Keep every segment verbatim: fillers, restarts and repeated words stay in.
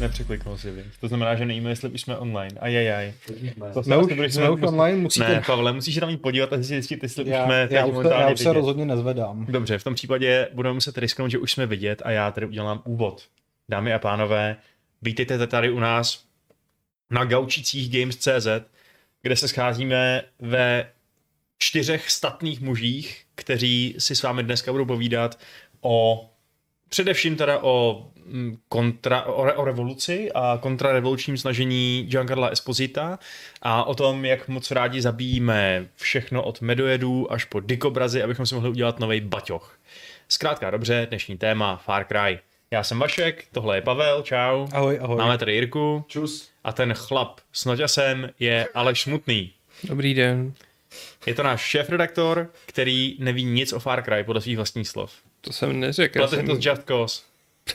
Nepřekliknul si, víš. To znamená, že nevíme, jestli už jsme online. Ajajaj. To jsme už, jsme už online, musíte... Ne, Pavle, musíš tam jít podívat a zjistit, jestli já, už jsme já, už, já už se rozhodně nezvedám. Dobře, v tom případě budeme muset risknout, že už jsme vidět a já tady udělám úvod. Dámy a pánové, vítejte tady u nás na Gaučících Games tečka cé zet, kde se scházíme ve čtyřech statných mužích, kteří si s vámi dneska budou povídat o především teda o, kontra, o, re, o revoluci a kontrarevolučním snažení Giancarla Esposita a o tom, jak moc rádi zabíjíme všechno od medojedů až po dikobrazy, abychom si mohli udělat novej baťoch. Zkrátka dobře, dnešní téma Far Cry. Já jsem Vašek, tohle je Pavel, čau. Ahoj, ahoj. Máme tady Jirku. Čus. A ten chlap s noťasem je Aleš Smutný. Dobrý den. Je to náš šéfredaktor, který neví nic o Far Cry podle svých vlastních slov. To jsem neřekl. Platí jsem... to z Just Cause.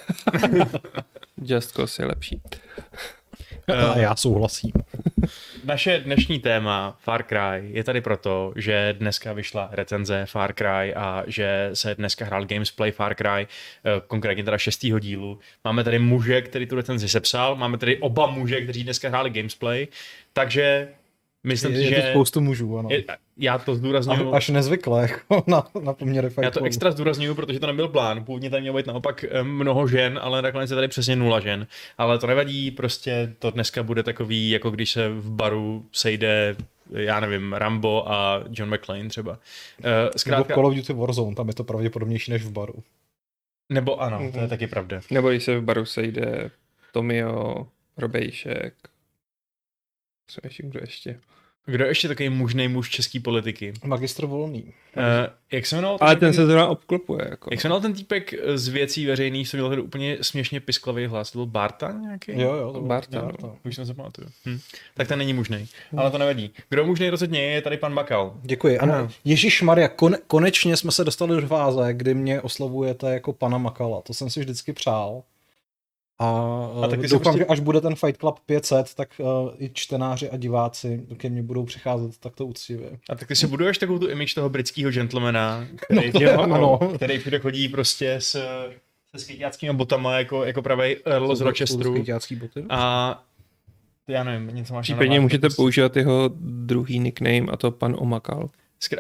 Just Cause je lepší. A já souhlasím. Naše dnešní téma Far Cry je tady proto, že dneska vyšla recenze Far Cry a že se dneska hrál Gamesplay Far Cry, konkrétně teda šestýho dílu. Máme tady muže, který tu recenzi sepsal, máme tady oba muže, kteří dneska hráli Gamesplay, takže myslím je, si, je že... Je to spoustu mužů, ano. Je, já to zdůraznuju... Až nezvykle, jako na, na poměry Fight Já to Clubu. extra zdůraznuju, protože to nebyl plán. Původně tady mělo být naopak mnoho žen, ale nakonec je tady přesně nula žen. Ale to nevadí, prostě to dneska bude takový, jako když se v baru sejde, já nevím, Rambo a John McClane třeba. Zkrátka... Nebo v Call of Duty Warzone, tam je to pravděpodobnější než v baru. Nebo ano, mm-hmm. to je taky pravda. Nebo když se v baru sejde Tomio, Robejšek, co ještě, kdo ještě? Kdo je ještě takový mužnej muž český politiky? Magistr Volný. Uh, jak se jmenoval? Ale ten se zrovna obklopuje. Jako. Jak se jmenoval ten týpek z věcí veřejných, co měl tady úplně směšně pisklavý hlas? To byl Barta nějaký? Jo, jo, to byl Barta. Barta. Už jsem se pamatuju. Hm. Tak ten není mužnej, hm. ale to nevadí. Kdo mužnej rozhodně je, je tady pan Bakal. Děkuji. Ano. Ježišmarja, kon, konečně jsme se dostali do fáze, kdy mě oslavujete jako pana Makala. To jsem si vždycky přál. A, a tak doufám, prostě... že až bude ten Fight Club pět set, tak uh, i čtenáři a diváci ke mně budou přicházet takto úctivě. A tak ty si buduješ takovou tu image toho britského gentlemana, který, no, je, ano. který všude chodí prostě s, se skejťáckými botama jako, jako pravej Earl z Rochesteru. Boty? A já nevím, něco máš na Případně můžete prostě... používat jeho druhý nickname, a to pan Omakal. Skra...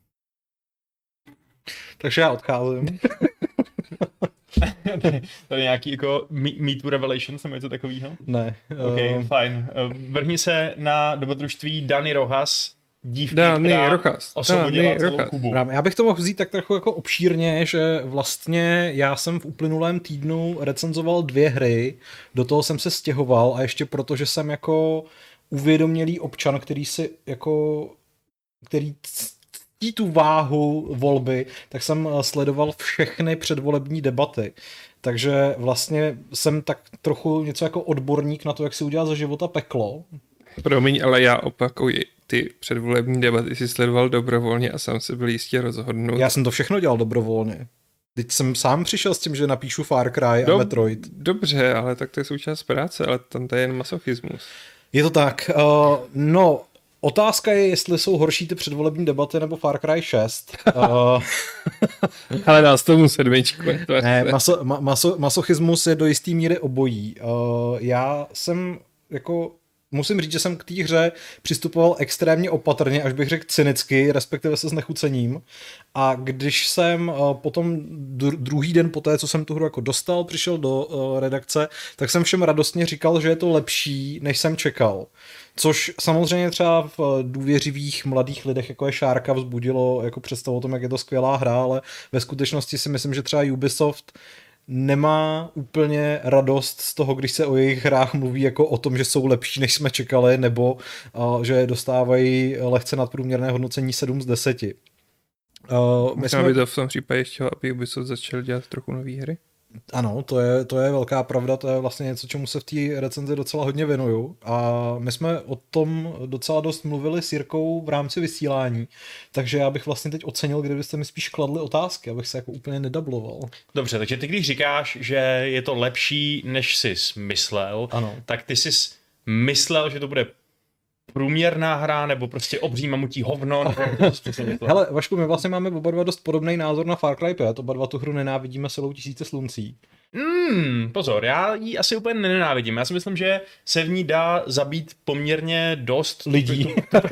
Takže já odcházím. tady, tady nějaký jako Meet to Revelation, jsem něco takovýho? Ne. Ok, uh... fajn. Vrhni se na dobrodružství Dany Rojas, dívky, Dany která Rojas. osvobodila Dany celou Rojas. Kubu. Já bych to mohl vzít tak trochu jako obšírně, že vlastně já jsem v uplynulém týdnu recenzoval dvě hry, do toho jsem se stěhoval a ještě proto, že jsem jako uvědomělý občan, který si jako, který ctí tu váhu volby, tak jsem sledoval všechny předvolební debaty. Takže vlastně jsem tak trochu něco jako odborník na to, jak si udělat ze života peklo. Promiň, ale já opakuji, ty předvolební debaty si sledoval dobrovolně a sám se byl jistě rozhodnut. Já jsem to všechno dělal dobrovolně. Teď jsem sám přišel s tím, že napíšu Far Cry a Dob- Metroid. Dobře, ale tak to je součást práce, ale tam to je jen masochismus. Je to tak. Uh, no, otázka je, jestli jsou horší ty předvolební debaty nebo Far Cry šest. Uh, ale dal z tomu sedmičku. ne, maso, ma, maso, masochismus je do jistý míry obojí. Uh, já jsem jako... Musím říct, že jsem k té hře přistupoval extrémně opatrně, až bych řekl cynicky, respektive se znechucením. A když jsem uh, potom dru- druhý den po té, co jsem tu hru jako dostal, přišel do uh, redakce, tak jsem všem radostně říkal, že je to lepší, než jsem čekal. Což samozřejmě třeba v důvěřivých mladých lidech, jako je Šárka, vzbudilo jako představu o tom, jak je to skvělá hra, ale ve skutečnosti si myslím, že třeba Ubisoft nemá úplně radost z toho, když se o jejich hrách mluví jako o tom, že jsou lepší, než jsme čekali, nebo uh, že dostávají lehce nadprůměrné hodnocení sedm z deseti. Uh, Myslím, jsme... aby to v tom případě chtělo, aby Ubisoft začal dělat trochu nové hry? Ano, to je, to je velká pravda, to je vlastně něco, čemu se v té recenzi docela hodně věnuju a my jsme o tom docela dost mluvili s Jirkou v rámci vysílání, takže já bych vlastně teď ocenil, kdybyste mi spíš kladli otázky, abych se jako úplně nedabloval. Dobře, takže ty když říkáš, že je to lepší, než jsi myslel, ano. Tak ty jsi myslel, že to bude průměrná hra, nebo prostě obří mamutí hovno, nebo prostě Hele, Vašku, my vlastně máme oba dva dost podobný názor na Far Cry pět, oba dva tu hru nenávidíme silou tisíce sluncí. Hmm, pozor, já ji asi úplně nenávidím. Já si myslím, že se v ní dá zabít poměrně dost Lidí.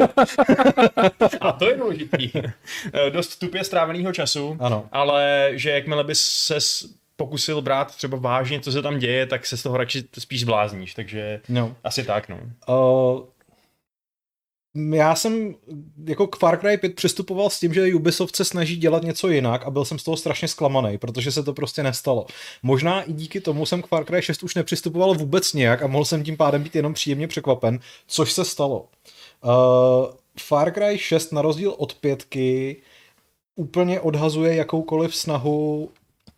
A to je důležitý. Dost tupě stráveného času, Ano. ale že jakmile bys se pokusil brát třeba vážně, co se tam děje, tak se z toho radši spíš zblázníš, takže No. asi tak, no. Uh, já jsem jako k Far Cry pět přistupoval s tím, že Ubisoft se snaží dělat něco jinak a byl jsem z toho strašně zklamaný, protože se to prostě nestalo. Možná i díky tomu jsem k Far Cry šest už nepřistupoval vůbec nějak a mohl jsem tím pádem být jenom příjemně překvapen, což se stalo. Uh, Far Cry šest na rozdíl od pětky úplně odhazuje jakoukoliv snahu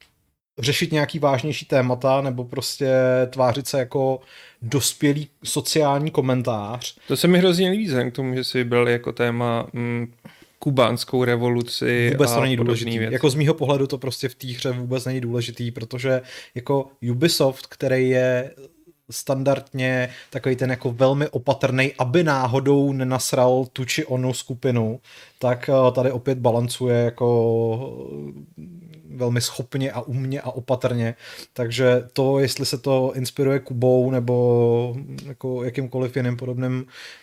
řešit nějaký vážnější témata nebo prostě tvářit se jako dospělý sociální komentář. To se mi hrozně líbí, vzhledem k tomu, že si vybral jako téma mm, kubánskou revoluci. Vůbec a to není důležitý. věci. Jako z mýho pohledu to prostě v té hře vůbec není důležitý, protože jako Ubisoft, který je standardně takový ten jako velmi opatrný, aby náhodou nenasral tu či onu skupinu, tak tady opět balancuje jako velmi schopně a umně a opatrně. Takže to, jestli se to inspiruje Kubou nebo jako jakýmkoliv jiným podobným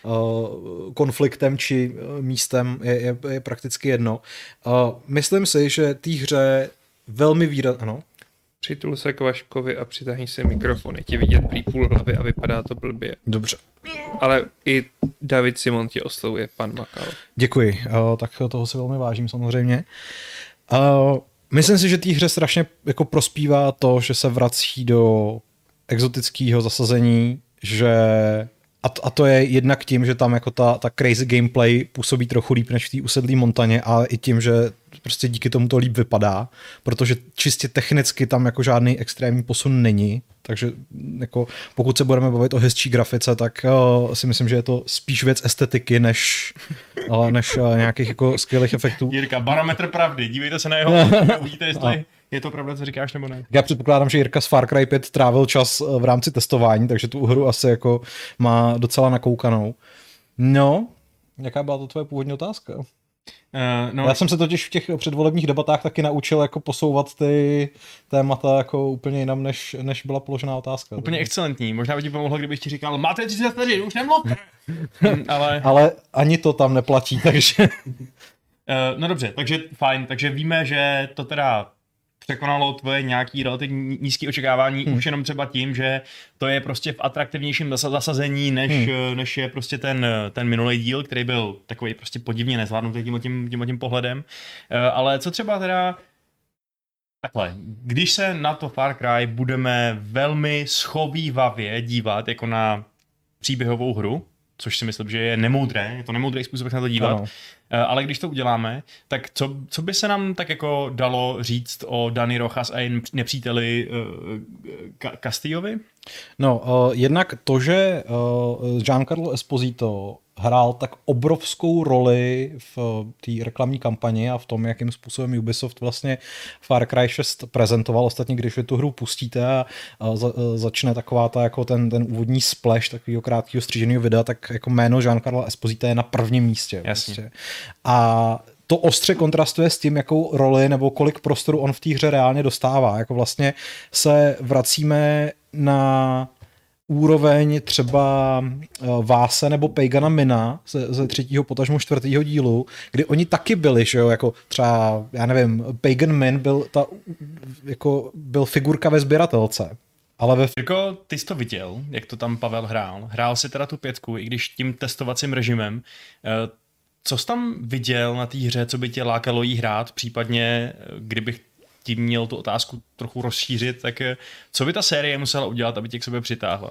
uh, konfliktem či místem, je, je, je prakticky jedno. Uh, myslím si, že té hře velmi výrazně... Ano? Přitul se k Vaškovi a přitáhni si mikrofon. Je ti vidět prý půl hlavy a vypadá to blbě. Dobře. Ale i David Simon tě oslovuje, pan Makal. Děkuji, uh, tak toho si velmi vážím samozřejmě. Uh, myslím si, že té hře strašně jako prospívá to, že se vrací do exotického zasazení, že a to, a to je jednak tím, že tam jako ta, ta crazy gameplay působí trochu líp než v té usedlé Montaně, ale i tím, že prostě díky tomu to líp vypadá, protože čistě technicky tam jako žádný extrémní posun není, takže jako pokud se budeme bavit o hezčí grafice, tak uh, si myslím, že je to spíš věc estetiky, než, uh, než uh, nějakých jako skvělých efektů. Jirka, barometr pravdy, dívejte se na jeho, uvidíte, jestli je to pravda, co říkáš, nebo ne. Já předpokládám, že Jirka z Far Cry pět trávil čas v rámci testování, takže tu hru asi jako má docela nakoukanou. No, jaká byla to tvoje původní otázka? Uh, no. Já jsem se totiž v těch předvolebních debatách taky naučil jako posouvat ty témata jako úplně jinam, než, než byla položená otázka. Úplně tak. Excelentní. Možná by ti pomohlo, kdybych ti říkal, máte třicet vteřin, už nemluvte. Ale... Ale ani to tam neplatí, takže... uh, no dobře, takže fajn, takže víme, že to teda překonalo tvoje nějaký relativně nízké očekávání hmm. už jenom třeba tím, že to je prostě v atraktivnějším zasazení, než, hmm. než je prostě ten, ten minulý díl, který byl takový prostě podivně nezvládnutý tím, tím, tím, tím pohledem. Ale co třeba teda takhle, když se na to Far Cry budeme velmi schovívavě dívat jako na příběhovou hru, což si myslím, že je nemoudré, je to nemoudrý způsob, jak se na to dívat, ano. Ale když to uděláme, tak co, co by se nám tak jako dalo říct o Dani Rojas a jen nepříteli uh, Castillovi? No, uh, jednak to, že uh, Giancarlo Esposito hrál tak obrovskou roli v té reklamní kampani a v tom, jakým způsobem Ubisoft vlastně Far Cry šest prezentoval. Ostatně, když vy tu hru pustíte a, a za, a začne taková ta, jako ten, ten úvodní splash takového krátkého stříženého videa, tak jako jméno Giancarlo Esposito je na prvním místě. Jasně. Vlastně. A to ostře kontrastuje s tím, jakou roli nebo kolik prostoru on v té hře reálně dostává. Jako vlastně se vracíme na úroveň třeba Váse nebo Pagana Mina ze, ze třetího potažmo čtvrtého dílu, kdy oni taky byli, že jo, jako třeba, já nevím, Pagan Min byl, ta, jako, byl figurka ve sběratelce. Ale ve... Jirko, ty jsi to viděl, jak to tam Pavel hrál. Hrál si teda tu pětku, i když tím testovacím režimem. Co jsi tam viděl na té hře, co by tě lákalo jí hrát, případně kdybych tím měl tu otázku trochu rozšířit, tak co by ta série musela udělat, aby tě k sobě přitáhla?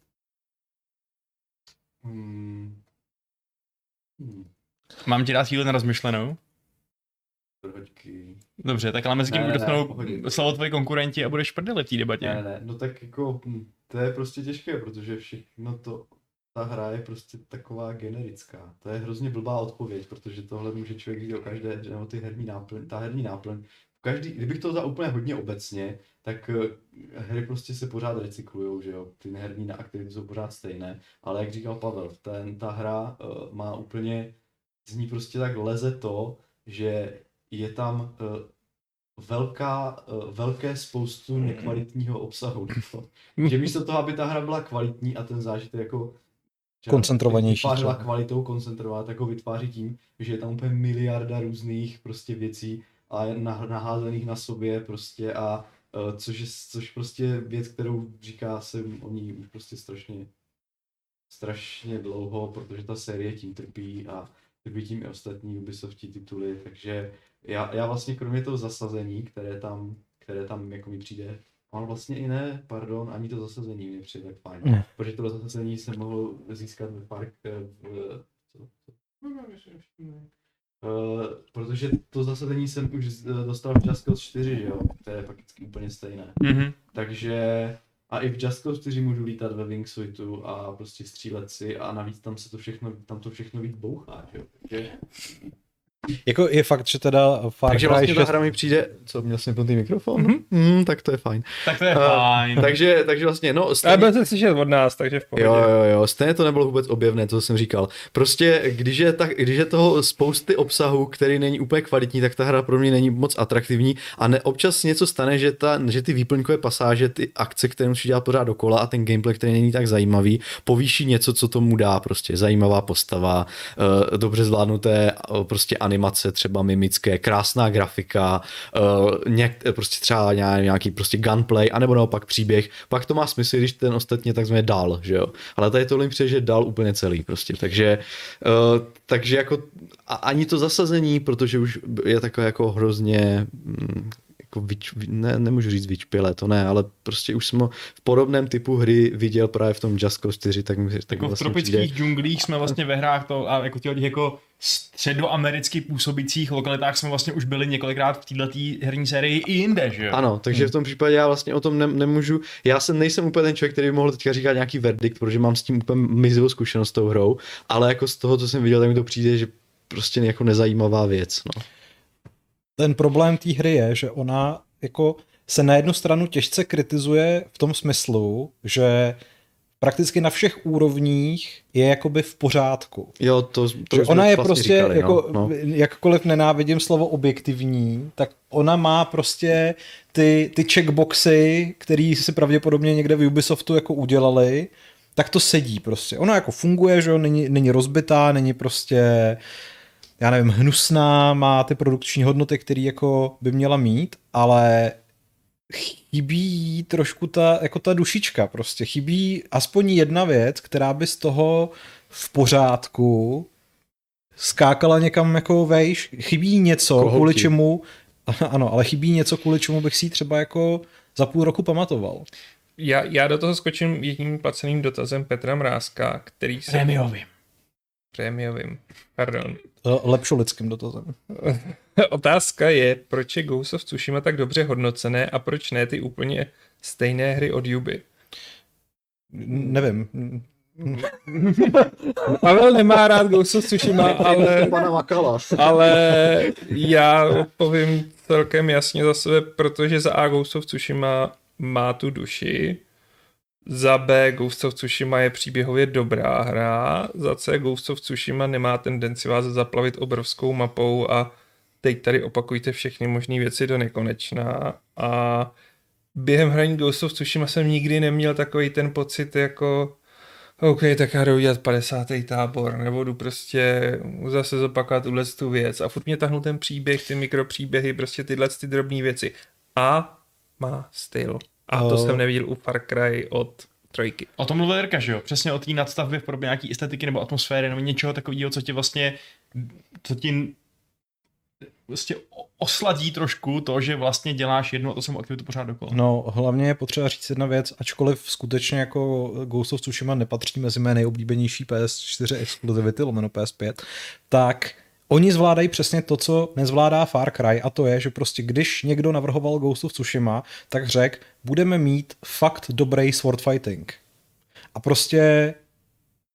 Hmm. Hmm. Mám ti dát chvíli na rozmyšlenou? Dobře, tak ale mezi tím dostanou slovo tvoji konkurenti a budeš prdeli v té debatě. Ne, ne, no tak jako to je prostě těžké, protože všechno to, ta hra je prostě taková generická. To je hrozně blbá odpověď, protože tohle může člověk vidět o každé hře, nebo ty herní náplň, ta herní náplň v každý, kdybych to vzal úplně hodně obecně, tak uh, hry prostě se pořád recyklujou, že jo, ty herní aktivity jsou pořád stejné, ale jak říkal Pavel, ten, ta hra uh, má úplně, z ní prostě tak leze to, že je tam uh, velká, uh, velké spoustu nekvalitního obsahu. Že místo toho, aby ta hra byla kvalitní a ten zážitek jako koncentrovanější. Vytvářela kvalitou koncentrovat, tak ho vytváří tím, že je tam úplně miliarda různých prostě věcí a naházených na sobě prostě a uh, což je což prostě věc, kterou říká se o ní už prostě strašně strašně dlouho, protože ta série tím trpí a trpí tím i ostatní Ubisofti tituly, takže já, já vlastně kromě toho zasazení, které tam, které tam jako mi přijde, on vlastně i ne, pardon, ani to zasazení mi přijde tak fajn, ne. Protože to zasazení jsem mohl získat ve Far v, co, co? Uh, protože to zasazení jsem už dostal v Just Cause čtyři, že jo, které je prakticky úplně stejné. Mm-hmm. Takže a i v Just Cause čtyři můžu lítat ve wingsuitu a prostě střílet si a navíc tam se to všechno, tam to všechno víc bouchá, že jo. Takže... Jako je fakt, že teda Far Takže Cry vlastně ta šest... hra mi přijde, co, měl jsem plný mikrofon? Mm-hmm. Mm, tak to je fajn. Tak to je Uh, fajn. takže, takže vlastně, no... Stejně... Ale budete slyšet od nás, takže v pohodě. Jo, jo, jo, stejně to nebylo vůbec objevné, to jsem říkal. Prostě, když je, tak, když je toho spousty obsahu, který není úplně kvalitní, tak ta hra pro mě není moc atraktivní a ne, občas něco stane, že, ta, že ty výplňkové pasáže, ty akce, které musí dělat pořád dokola a ten gameplay, který není tak zajímavý, povýší něco, co tomu dá, prostě zajímavá postava, uh, dobře zvládnuté uh, prostě animace, třeba mimické, krásná grafika, uh, nějak, prostě třeba nějaký prostě gunplay, anebo naopak příběh, pak to má smysl, když ten ostatně takzvaně dal, že jo. Ale tady tohle mi přijde, že dal úplně celý prostě, takže, uh, takže jako a ani to zasazení, protože už je takové jako hrozně mm, jako vyč, ne, nemůžu říct vyčpělé, to ne, ale prostě už jsem v podobném typu hry viděl právě v tom Just Cause čtyři, tak mi tak jako vlastně v tropických přijde... džunglích jsme vlastně ve hrách to a jako těch jako středoamericky působících lokalitách jsme vlastně už byli několikrát v této herní sérii i jinde, že jo? Ano, takže hmm. v tom případě já vlastně o tom ne, nemůžu, já jsem nejsem úplně ten člověk, který by mohl teďka říkat nějaký verdikt, protože mám s tím úplně mizivou zkušenost s tou hrou, ale jako z toho, co jsem viděl, tak mi to přijde, že prostě jako nezajímavá věc, no. Ten problém té hry je, že ona jako se na jednu stranu těžce kritizuje v tom smyslu, že prakticky na všech úrovních je jakoby v pořádku. Jo, to, to že ona je vlastně prostě, říkali, jako, no, no. jakkoliv nenávidím slovo objektivní, tak ona má prostě ty, ty checkboxy, který si pravděpodobně někde v Ubisoftu jako udělali, tak to sedí prostě. Ona jako funguje, že jo, není, není rozbitá, není prostě, já nevím, hnusná, má ty produkční hodnoty, které jako by měla mít, ale chybí jí trošku ta, jako ta dušička prostě. Chybí aspoň jedna věc, která by z toho v pořádku skákala někam jako vejš. Chybí něco, Kohouti. Kvůli čemu, ano, ale chybí něco, kvůli čemu bych si ji třeba jako za půl roku pamatoval. Já, já do toho skočím jedním placeným dotazem Petra Mrázka, který se... Prémiovým. Prémiovým, pardon. Lepšolickým dotazem. Otázka je, proč je Ghost of Tsushima tak dobře hodnocené a proč ne ty úplně stejné hry od Ubi? Nevím. Pavel nemá rád Ghost of Tsushima, ale, ale já povím celkem jasně za sebe, protože za A Ghost of Tsushima má tu duši, za B Ghost of Tsushima je příběhově dobrá hra, za C Ghost of Tsushima nemá tendenci vás zaplavit obrovskou mapou a teď tady opakujte všechny možné věci do nekonečna a během hraní Ghost of Tsushima jsem nikdy neměl takový ten pocit jako OK, tak já jdu udělat padesátý tábor, nebo jdu prostě zase zopakovat tuhle tu věc a furt mě tahnul ten příběh, ty mikropříběhy, prostě tyhle ty drobné věci a má styl. A to uh... jsem neviděl u Far Cry od trojky. O tom mluvil Jirka, že jo? Přesně o té nadstavbě v podobě nějaký estetiky nebo atmosféry nebo něčeho takového, co ti vlastně co ti vlastně osladí trošku to, že vlastně děláš jednu a to samou aktivitu pořád dokola. No, hlavně je potřeba říct jedna věc, ačkoliv skutečně jako Ghost of Tsushima nepatří mezi mé nejoblíbenější P S čtyři exkluzivity, lomeno P S pět, tak oni zvládají přesně to, co nezvládá Far Cry, a to je, že prostě když někdo navrhoval Ghost of Tsushima, tak řekl, budeme mít fakt dobrý sword fighting. A prostě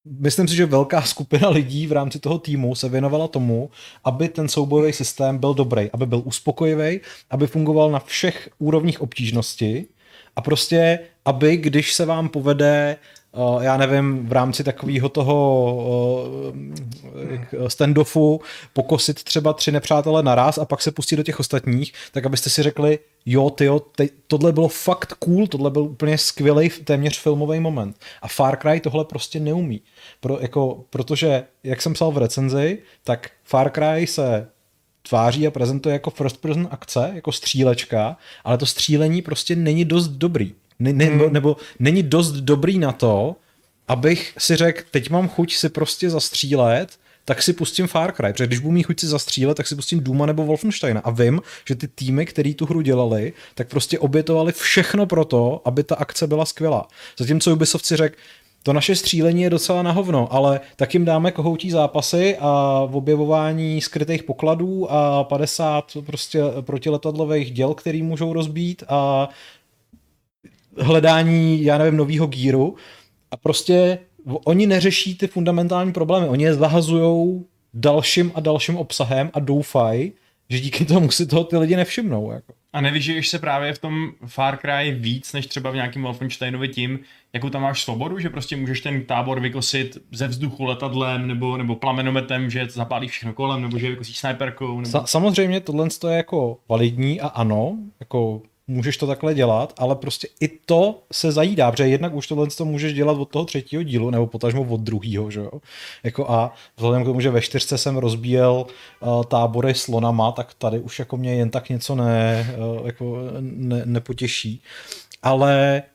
myslím si, že velká skupina lidí v rámci toho týmu se věnovala tomu, aby ten soubojový systém byl dobrý, aby byl uspokojivý, aby fungoval na všech úrovních obtížnosti a prostě, aby když se vám povede, já nevím, v rámci takového toho standoffu pokosit třeba tři nepřátele naraz a pak se pustit do těch ostatních, tak abyste si řekli, jo, tyjo, te, tohle bylo fakt cool, tohle byl úplně skvělý téměř filmový moment. A Far Cry tohle prostě neumí. Pro, jako, protože, jak jsem psal v recenzi, tak Far Cry se tváří a prezentuje jako first person akce, jako střílečka, ale to střílení prostě není dost dobrý. Ne, ne, hmm. Nebo není dost dobrý na to, abych si řekl, teď mám chuť si prostě zastřílet, tak si pustím Far Cry, protože když budu mít chuť si zastřílet, tak si pustím Dooma nebo Wolfensteina a vím, že ty týmy, který tu hru dělali, tak prostě obětovali všechno pro to, aby ta akce byla skvělá. Zatímco Ubisoft si řekl, to naše střílení je docela na hovno, ale tak jim dáme kohoutí zápasy a objevování skrytých pokladů a padesát prostě protiletadlových děl, který můžou rozbít a hledání, já nevím, novýho gíru a prostě oni neřeší ty fundamentální problémy, oni je zahazujou dalším a dalším obsahem a doufají, že díky tomu si toho ty lidi nevšimnou. Jako. A nevyžiješ se právě v tom Far Cry víc, než třeba v nějakým Wolfensteinovi tím, jakou tam máš svobodu, že prostě můžeš ten tábor vykosit ze vzduchu letadlem nebo, nebo plamenometem, že zapálíš všechno kolem, nebo že vykosíš snajperkou. Nebo... Sa- samozřejmě tohle je jako validní a ano, jako můžeš to takhle dělat, ale prostě i to se zajídá, protože jednak už tohle to můžeš dělat od toho třetího dílu, nebo potažmo od druhýho, že jo. Jako a vzhledem k tomu, že ve čtyřce jsem rozbíjel uh, tábory slonama, tak tady už jako mě jen tak něco ne, uh, jako ne, nepotěší. Ale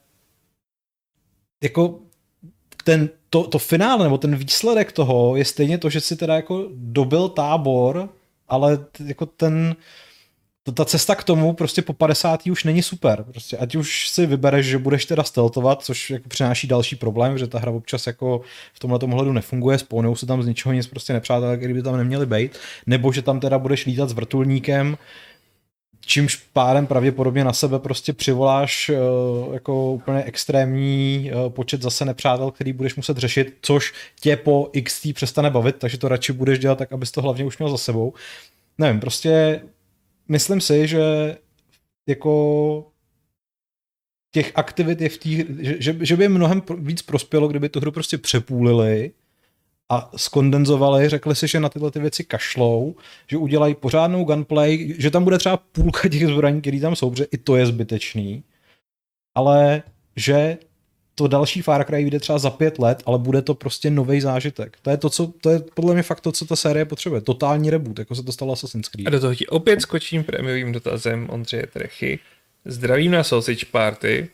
jako ten, to, to finále, nebo ten výsledek toho je stejně to, že si teda jako dobil tábor, ale jako ten ta cesta k tomu prostě po padesátý už není super. Prostě ať už si vybereš, že budeš teda stealthovat, což jako přináší další problém, že ta hra občas jako v tomhletom ohledu nefunguje, spawnou se tam z ničeho nic prostě nepřátelé, kdyby tam neměli být, nebo že tam teda budeš lítat s vrtulníkem, čímž pádem pravděpodobně na sebe prostě přivoláš uh, jako úplně extrémní uh, počet zase nepřátel, který budeš muset řešit, což tě po X T přestane bavit, takže to radši budeš dělat tak, abys to hlavně už měl za sebou. Nevím, prostě myslím si, že jako těch aktivit je v té, že, že by mnohem víc prospělo, kdyby tu hru prostě přepůlili a skondenzovali, řekli si, že na tyhle ty věci kašlou, že udělají pořádnou gunplay, že tam bude třeba půlka těch zbraní, které tam jsou, protože i to je zbytečný, ale že to další Far Cry vyjde třeba za pět let, ale bude to prostě nový zážitek. To je to, co, to je podle mě fakt to, co ta série potřebuje. Totální reboot, jako se to stalo Assassin's Creed. A do toho ti opět skočím prémiovým dotazem Ondřeje Trechy. Zdravím na Sausage Party.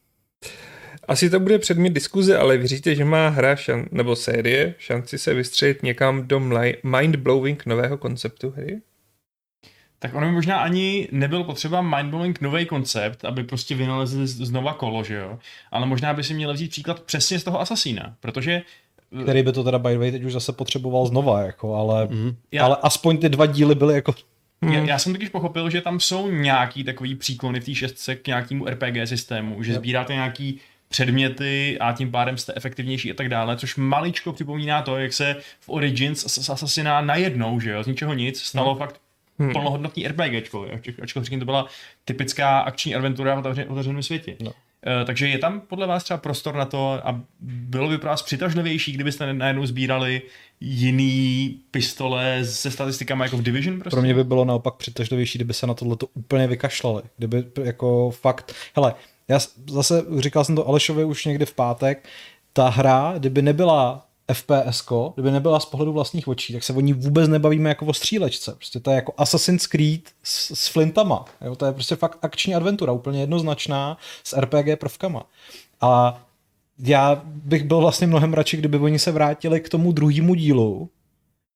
Asi to bude předmět diskuze, ale věříte, že má hra šan- nebo série šanci se vystřelit někam do mli- mind-blowing nového konceptu hry? Tak ono by možná ani nebyl potřeba mindblowing nový koncept, aby prostě vynalezli znova kolo, že jo? Ale možná by si měl vzít příklad přesně z toho Assassina, protože... Který by to teda by the way teď už zase potřeboval znova, jako, ale, mm. já... ale aspoň ty dva díly byly jako... Hmm. Já, já jsem totiž pochopil, že tam jsou nějaký takový příklony v té šestce k nějakému R P G systému, že sbíráte nějaký předměty a tím pádem jste efektivnější a tak dále, což maličko připomíná to, jak se v Origins z Assassina najednou, že jo, z ničeho nic, stalo hmm. fakt hmm. plnohodnotný RPGčko, ačkoliv říkám, to byla typická akční adventura v otevřeném světě. No. Uh, takže je tam podle vás třeba prostor na to a bylo by pro vás přitažlivější, kdybyste najednou sbírali jiný pistole se statistikami jako v Division? Prostě? Pro mě by bylo naopak přitažlivější, kdyby se na tohleto úplně vykašlali. Kdyby jako fakt... Hele, já zase říkal jsem to Alešovi už někdy v pátek, ta hra, kdyby nebyla F P S ko, kdyby nebyla z pohledu vlastních očí, tak se o ní vůbec nebavíme jako o střílečce. Prostě to je jako Assassin's Creed s, s flintama. Jo? To je prostě fakt akční adventura, úplně jednoznačná s R P G prvkama. A já bych byl vlastně mnohem radši, kdyby oni se vrátili k tomu druhému dílu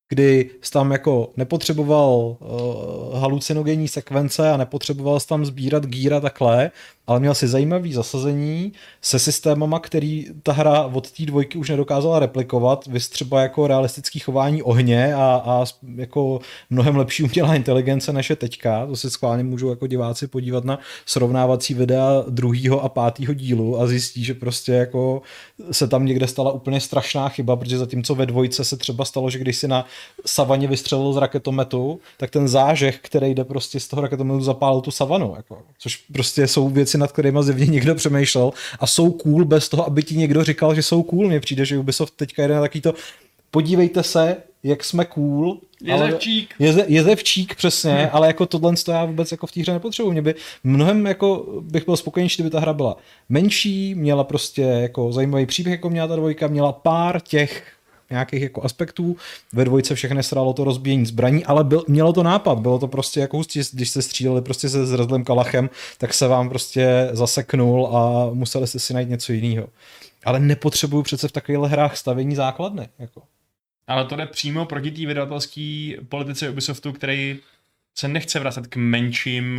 kdy jsi tam jako nepotřeboval uh, halucinogenní sekvence a nepotřeboval jsi tam sbírat gíra takhle, ale měl si zajímavý zasazení se systémama, který ta hra od té dvojky už nedokázala replikovat, vys třeba jako realistický chování ohně a, a jako mnohem lepší umělá inteligence než je teďka. To se schválně můžou jako diváci podívat na srovnávací videa druhého a pátého dílu a zjistí, že prostě jako se tam někde stala úplně strašná chyba, protože zatímco ve dvojce se třeba stalo, že když si na savaně vystřelil z raketometu, tak ten zážeh, který jde prostě z toho raketometu, zapálil tu savanu. Jako, což prostě jsou věci, nad kterými zjevně někdo přemýšlel a jsou cool bez toho, aby ti někdo říkal, že jsou cool. Mně přijde, že Ubisoft teďka jde na takový to, podívejte se, jak jsme cool. Jezevčík. Jeze, jezevčík, přesně, hmm. ale jako tohle to já vůbec jako v té hře nepotřebuji. Mě by mnohem jako bych byl spokojenější, kdyby ta hra byla menší, měla prostě jako zajímavý příběh, jako měla ta dvojka, měla pár těch nějakých jako aspektů. Ve dvojce všechny srálo to rozbíjení zbraní, ale byl, mělo to nápad, bylo to prostě jako hustí, když se stříleli prostě se zrezlým kalachem, tak se vám prostě zaseknul a museli jste si najít něco jiného. Ale nepotřebuju přece v takovýchhle hrách stavění základny. Jako. Ale to jde přímo proti té vydavatelské politice Ubisoftu, který se nechce vracet k menším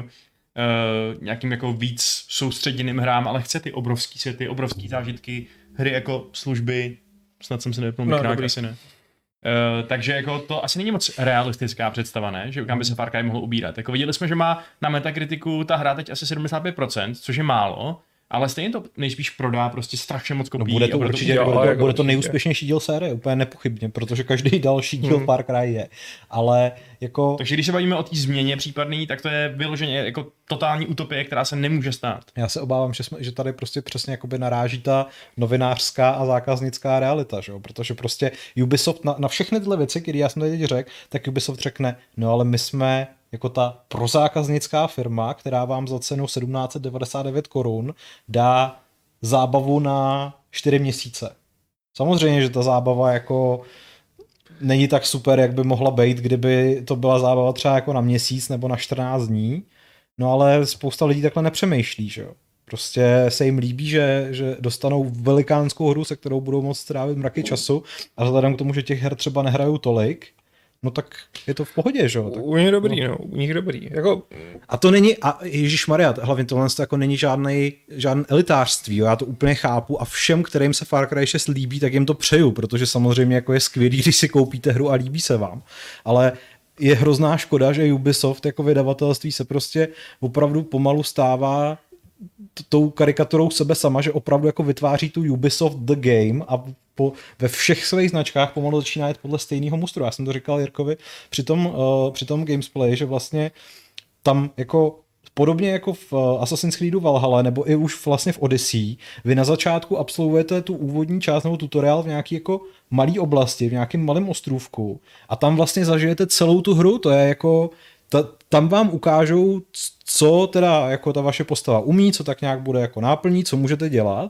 uh, nějakým jako víc soustředěným hrám, ale chce ty obrovský světy, obrovský zážitky, hry jako služby. Snad jsem si nevypnul no, mikrák, asi ne. Uh, takže jako to asi není moc realistická představa, ne? Že kam by se Far Cry mohl ubírat. Jako viděli jsme, že má na Metakritiku ta hra teď asi sedmdesát pět procent, což je málo, ale stejně to nejspíš prodá prostě strašně moc kopií. No bude to určitě, to, bude, to, bude to nejúspěšnější díl série, úplně nepochybně, protože každý další díl hmm. Far Cry je. Ale jako... Takže když se bavíme o té změně případný, tak to je vyloženě jako totální utopie, která se nemůže stát. Já se obávám, že, jsme, že tady prostě přesně jakoby naráží ta novinářská a zákaznická realita, že jo? Protože prostě Ubisoft na, na všechny tyhle věci, které já jsem tady teď řekl, tak Ubisoft řekne, no ale my jsme jako ta prozákaznická firma, která vám za cenu sedmnáct set devadesát devět korun dá zábavu na čtyři měsíce. Samozřejmě, že ta zábava jako není tak super, jak by mohla být, kdyby to byla zábava třeba jako na měsíc nebo na čtrnáct dní, no ale spousta lidí takhle nepřemýšlí, že jo. Prostě se jim líbí, že, že dostanou velikánskou hru, se kterou budou moct strávit mraky času a vzhledem k tomu, že těch her třeba nehrajou tolik, no tak je to v pohodě, že jo? Tak, u nich dobrý, no. no, u nich dobrý. Jako... A to není, a ježišmarja, hlavně tohle to jako není žádnej, žádný elitářství, jo? Já to úplně chápu a všem, kterým se Far Cry šest líbí, tak jim to přeju, protože samozřejmě jako je skvělý, když si koupíte hru a líbí se vám. Ale je hrozná škoda, že Ubisoft jako vydavatelství se prostě opravdu pomalu stává tou karikaturou sebe sama, že opravdu jako vytváří tu Ubisoft The Game a po, ve všech svých značkách pomalu začíná jít podle stejného mustru. Já jsem to říkal Jirkovi při tom, uh, při tom Gamesplay, že vlastně tam jako podobně jako v Assassin's Creedu Valhalla nebo i už vlastně v Odyssey, vy na začátku absolvujete tu úvodní část nebo tutoriál v nějaký jako malý oblasti, v nějakém malém ostrůvku a tam vlastně zažijete celou tu hru, to je jako ta, tam vám ukážou, co teda jako ta vaše postava umí, co tak nějak bude jako náplní, co můžete dělat.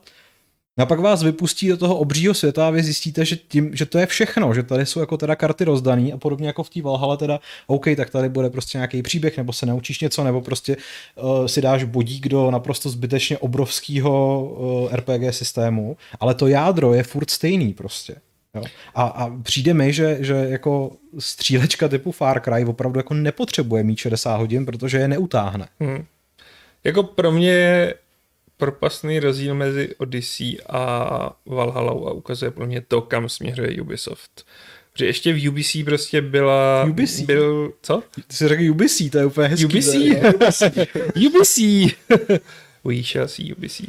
A pak vás vypustí do toho obřího světa a vy zjistíte, že, tím, že to je všechno, že tady jsou jako teda karty rozdaný a podobně jako v té Valhalle teda, OK, tak tady bude prostě nějaký příběh, nebo se naučíš něco, nebo prostě uh, si dáš bodík do naprosto zbytečně obrovského uh, R P G systému, ale to jádro je furt stejný prostě. Jo? A, a přijde mi, že, že jako střílečka typu Far Cry opravdu jako nepotřebuje mít šedesát hodin, protože je neutáhne. Hmm. Jako pro mě propastný rozdíl mezi Odyssey a Valhallou a ukazuje pro mě to, kam směřuje Ubisoft. Protože ještě v U B C prostě byla... U B C? Byl, co? Ty jsi řekl U B C, to je úplně hezký. U B C? U B C! We shall see U B C. Uh,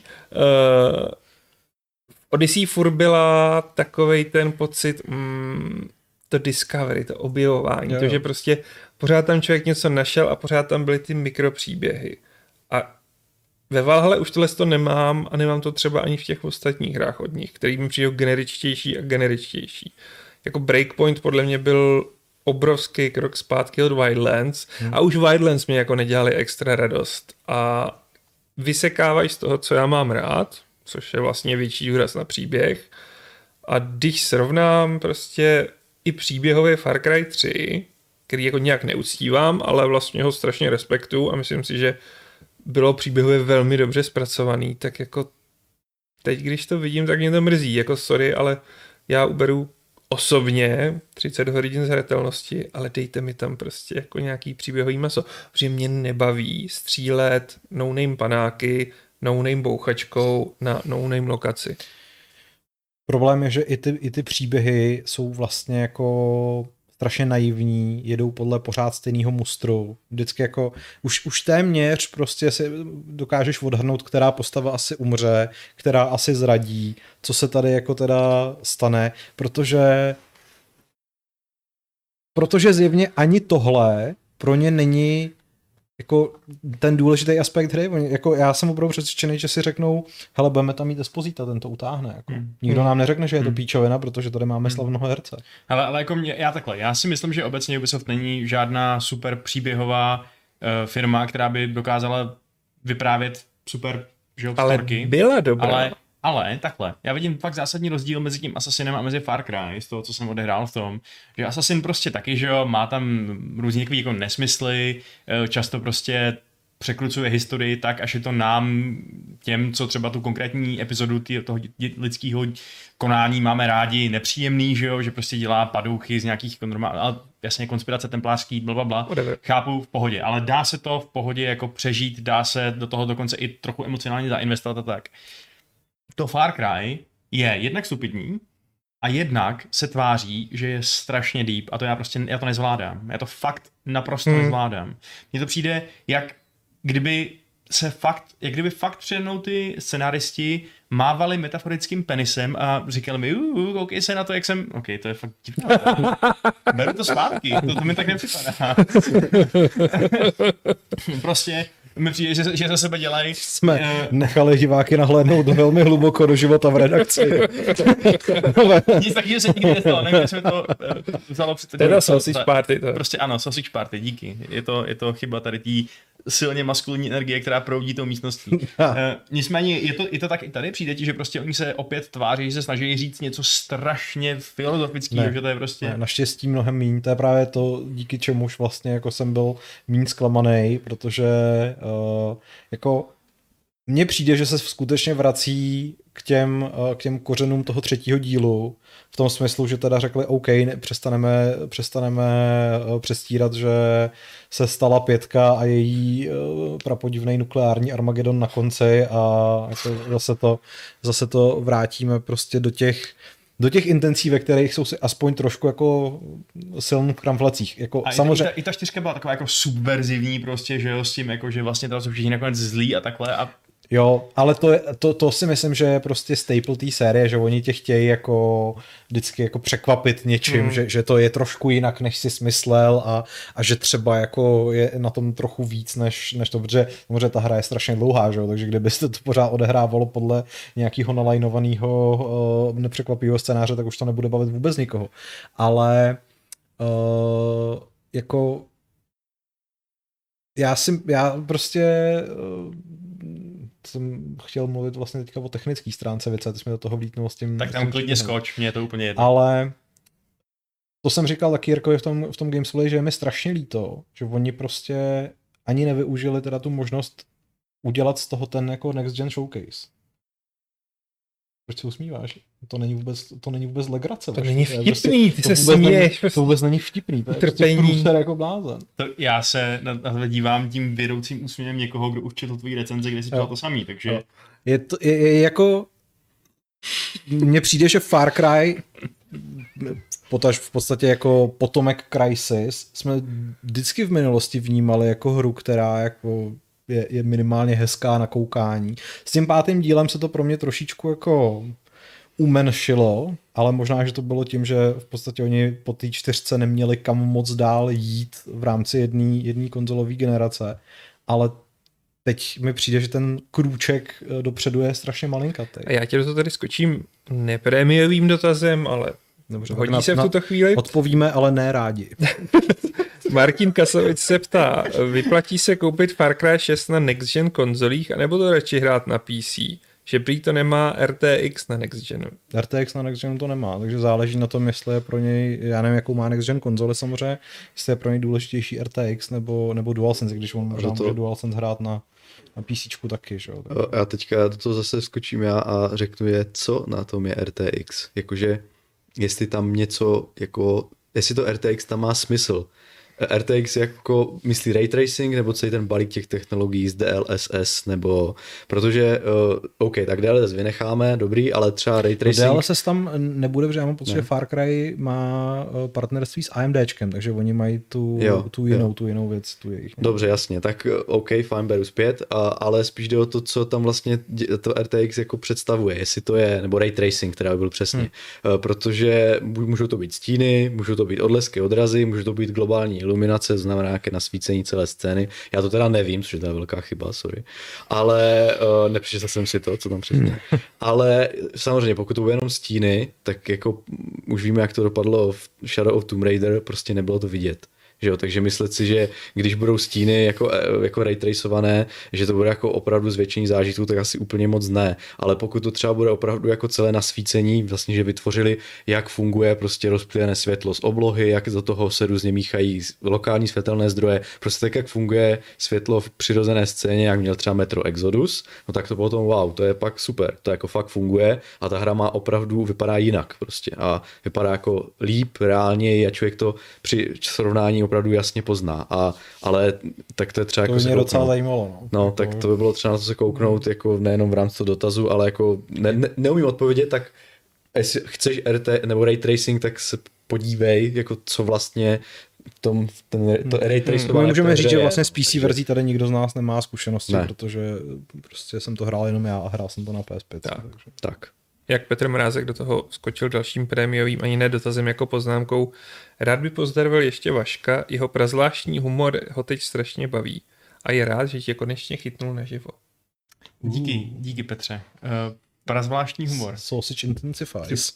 v Odyssey furt byla takovej ten pocit, mm, to discovery, to objevování, jo. To, že prostě pořád tam člověk něco našel a pořád tam byly ty mikropříběhy. A ve Valhalle už tohle to nemám a nemám to třeba ani v těch ostatních hrách od nich, který mi přijdou generičtější a generičtější. Jako Breakpoint podle mě byl obrovský krok zpátky od Wildlands hmm. a už Wildlands mě jako nedělali extra radost a vysekávají z toho, co já mám rád, což je vlastně větší důraz na příběh a když srovnám prostě i příběhově Far Cry tři, který jako nějak neuctívám, ale vlastně ho strašně respektuju a myslím si, že bylo příběhově velmi dobře zpracovaný, tak jako teď, když to vidím, tak mě to mrzí, jako sorry, ale já uberu osobně třicet hodin zhratelnosti, ale dejte mi tam prostě jako nějaký příběhový maso, protože mě nebaví střílet no-name panáky no-name bouchačkou na no-name lokaci. Problém je, že i ty, i ty příběhy jsou vlastně jako strašně naivní, jedou podle pořád stejného mustru. Vždycky jako už, už téměř prostě si dokážeš odhadnout, která postava asi umře, která asi zradí, co se tady jako teda stane, protože protože zjevně ani tohle pro ně není jako ten důležitý aspekt hry. Jako já jsem opravdu přesvědčený, že si řeknou, hele, budeme tam mít Esposita, ten to utáhne. Jako. Hmm. Nikdo nám neřekne, že je to píčovina, protože tady máme slavného herce. Ale, ale jako mě, já takhle, já si myslím, že obecně Ubisoft není žádná super příběhová uh, firma, která by dokázala vyprávět super životorky. Ale byla dobrá. Ale, ale takhle, já vidím fakt zásadní rozdíl mezi tím Assassinem a mezi Far Cry, z toho, co jsem odehrál v tom, že Assassin prostě taky, že jo, má tam různě takový jako nesmysly, často prostě překrucuje historii tak, až je to nám, těm, co třeba tu konkrétní epizodu tý, toho lidského konání máme rádi, nepříjemný, že jo, že prostě dělá padouchy z nějakých, ale jasně konspirace templářský, blablabla, chápu v pohodě, ale dá se to v pohodě jako přežít, dá se do toho dokonce i trochu emocionálně zainvestovat a tak. To Far Cry je jednak stupidní a jednak se tváří, že je strašně deep a to já prostě, já to nezvládám. Já to fakt naprosto hmm. nezvládám. Mně to přijde, jak kdyby se fakt, jak kdyby fakt přednou ty scenaristi mávali metaforickým penisem a říkali mi, uh, koukej se na to, jak jsem, ok, to je fakt divná. Beru to zpátky, to, to mi tak nepřipadá. Prostě mi přijde, že, že za sebe dělají. Jsme uh, nechali diváky nahlédnout velmi hluboko do života v redakci. Nic takového se nikdy nestalo, nevím, jestli to uh, vzalo před... Teda Sausage Party. To. Prostě ano, Sausage Party, díky. Je to, je to chyba tady tý silně maskulinní energie, která proudí tou místností. uh, nicméně je to, je to tak i tady, přijde ti, že prostě oni se opět tváří, že se snaží říct něco strašně filozofického, že to je prostě... Ne, naštěstí mnohem míň, to je právě to, díky čemuž vlastně jako jsem byl míň zklamanej, protože uh, jako mně přijde, že se skutečně vrací k těm, uh, k těm kořenům toho třetího dílu, v tom smyslu, že teda řekli OK, ne, přestaneme, přestaneme uh, přestírat, že se stala pětka a její uh, prapodivný nukleární Armagedon na konci a jako zase, to, zase to vrátíme prostě do těch do těch intencí, ve kterých jsou si aspoň trošku jako silný v kramflacích. Jako a samozřejmě... i, ta, i ta čtyřka byla taková jako subverzivní prostě, že jo, s tím jako, že vlastně teda jsou všichni nakonec zlí a takhle a jo, ale to, je, to, to si myslím, že je prostě staple té série, že oni tě chtějí jako vždycky jako překvapit něčím, mm. že, že to je trošku jinak, než jsi smyslel a, a že třeba jako je na tom trochu víc, než, než to, protože samozřejmě ta hra je strašně dlouhá, že jo, takže kdybyste to pořád odehrávalo podle nějakého nalajnovaného uh, nepřekvapivého scénáře, tak už to nebude bavit vůbec nikoho. Ale uh, jako já si, já prostě uh, jsem chtěl mluvit vlastně teďka o technické stránce věce, ty jsme do toho vlítnul s tím... Tak tam klidně skoč, mě je to úplně jedno. Ale to jsem říkal taky Jirkovi v tom, v tom Gamesplay, že je mi strašně líto, že oni prostě ani nevyužili teda tu možnost udělat z toho ten jako next gen showcase. Proč se usmíváš? To není vůbec, to není vůbec legrace. To není vtipný, ty se směješ. To vůbec není vtipný, to je trpení. Prostě jako blázen. To já se na, na dívám tím vědoucím úsměvem někoho, kdo už četl tvojí recenze, kde si dělal to samý, takže... Je to je, je jako... Mně přijde, že Far Cry, potaž v podstatě jako potomek Crysis, jsme vždycky v minulosti vnímali jako hru, která jako... Je, je minimálně hezká na koukání. S tím pátým dílem se to pro mě trošičku jako umenšilo, ale možná, že to bylo tím, že v podstatě oni po té čtyřce neměli kam moc dál jít v rámci jedné konzolové generace, ale teď mi přijde, že ten krůček dopředu je strašně malinkatý. A já tě do toho tady skočím neprémiovým dotazem, ale dobře, hodí na, se v tuto chvíli? Odpovíme, ale ne rádi. Martin Kasovic se ptá, vyplatí se koupit Far Cry šest na next gen konzolích, anebo to radši hrát na P C? Že prý to nemá R T X na next genu. R T X na next genu to nemá, takže záleží na tom, jestli je pro něj, já nevím, jakou má next gen konzole samozřejmě, jestli je pro něj důležitější R T X nebo, nebo DualSense, když on možná to... může DualSense hrát na, na PCčku taky. Že? Já teďka do toho zase skočím já a řeknu je, co na tom je R T X. Jakože jestli tam něco jako, jestli to R T X tam má smysl. R T X jako myslí ray tracing nebo celý ten balík těch technologií z D L S S nebo, protože uh, OK, tak D L S S vynecháme, dobrý, ale třeba ray tracing... D L S S tam nebude, protože já mám pocit, že Far Cry má partnerství s AMDčkem, takže oni mají tu, jo, tu jinou, jo. tu jinou věc, tu jejich. Dobře, jasně, tak OK, fajn, beru zpět, a, ale spíš jde o to, co tam vlastně to R T X jako představuje, jestli to je, nebo ray tracing, která by byl přesně, hmm. uh, protože můžou to být stíny, můžou to být odlesky, odrazy, můžou to být globální iluminace, znamená nějaké nasvícení celé scény. Já to teda nevím, což je ta velká chyba, sorry. Ale uh, nepřečetl jsem si to, co tam přesně. Ale samozřejmě, pokud to bude jenom stíny, tak jako už víme, jak to dopadlo v Shadow of Tomb Raider, prostě nebylo to vidět. Že jo? Takže myslet si, že když budou stíny jako, jako ray tracované, že to bude jako opravdu zvětšení zážitku, tak asi úplně moc ne. Ale pokud to třeba bude opravdu jako celé nasvícení, vlastně, že vytvořili, jak funguje prostě rozptýlené světlo z oblohy, jak do toho se různě míchají lokální světelné zdroje, prostě tak, jak funguje světlo v přirozené scéně, jak měl třeba Metro Exodus, no tak to potom wow, to je pak super, to jako fakt funguje a ta hra má opravdu, vypadá jinak prostě a vypadá jako líp, reálněji a člověk to při srovnání opravdu jasně pozná, a, ale tak to je třeba to jako mě docela zajímalo. No, no tak to by bylo třeba na to se kouknout mm. jako nejenom v rámci toho dotazu, ale jako ne, ne, neumím odpovědět, tak jestli chceš R T nebo Ray Tracing, tak se podívej, jako co vlastně v tom, ten, to Ray Tracing. My můžeme říct, že vlastně s P C verzí tady nikdo z nás nemá zkušenosti, ne. protože prostě jsem to hrál jenom já a hrál jsem to na P S pět. Tak. Takže. tak. Jak Petr Mrázek do toho skočil dalším prémiovým ani ne dotazem jako poznámkou. Rád by pozdravil ještě Vaška, jeho prazvláštní humor ho teď strašně baví a je rád, že tě konečně chytnul naživo. Díky, díky Petře. Uh, prazvláštní humor. Sausage intensifies.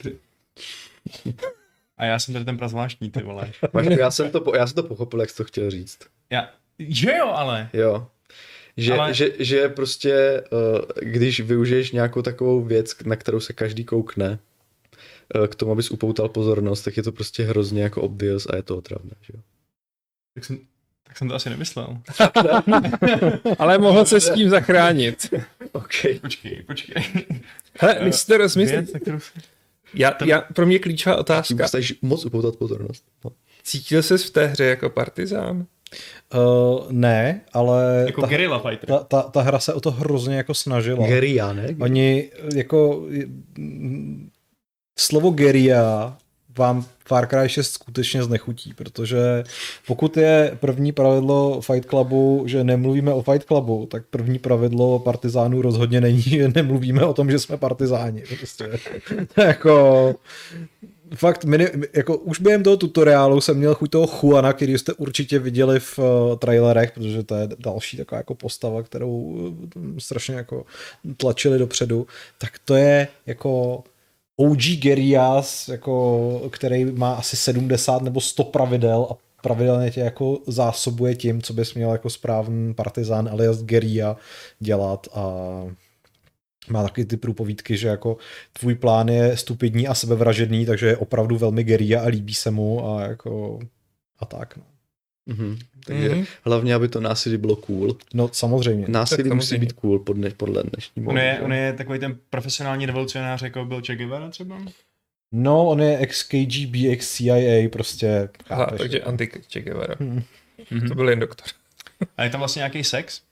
A já jsem tady ten prazvláštní, ty vole. Vašku, já jsem to, já jsem to pochopil, jak jsi to chtěl říct. Já, že jo, ale. Jo. Že, ale... že, že prostě, když využiješ nějakou takovou věc, na kterou se každý koukne, k tomu, abys upoutal pozornost, tak je to prostě hrozně jako obvious a je to otravné, že jo? Tak jsem, tak jsem to asi nemyslel. Ale mohl se s tím zachránit. Okay. Počkej, počkej. Hele, uh, myslíte rozmyslet? Já, já, pro mě klíčová otázka. Musíš moc upoutat pozornost. No. Cítil ses v té hře jako partizán? Uh, ne, ale jako ta, guerilla fighter. Ta, ta, ta hra se o to hrozně jako snažila. Guerilla, ne? Oni jako slovo guerilla vám Far Cry šest skutečně znechutí, protože pokud je první pravidlo Fight Clubu, že nemluvíme o Fight Clubu, tak první pravidlo partizánů rozhodně není, že nemluvíme o tom, že jsme partizáni. Prostě. jako... Fakt, mini, jako už během toho tutoriálu jsem měl chuť toho Juana, který jste určitě viděli v uh, trailerech, protože to je další taková jako postava, kterou uh, strašně jako tlačili dopředu, tak to je jako O G Guerillas, jako, který má asi sedmdesát nebo sto pravidel a pravidelně tě jako zásobuje tím, co bys měl jako správný partizán alias guerilla dělat a má taky ty průpovídky, že jako tvůj plán je stupidní a sebevražedný, takže je opravdu velmi guerilla a líbí se mu a jako a tak. No. Mm-hmm. Takže mm-hmm. hlavně, aby to násilí bylo cool. No samozřejmě. Násilí tak, musí samozřejmě. být cool podle, podle dnešní on je, on je takový ten profesionální revolucionář, jako byl Che Guevara třeba? No, on je ex-K G B, ex-C I A, prostě. Aha, takže anti-Che Guevara. Mm-hmm. To byl jen doktor. A je tam vlastně nějaký sex?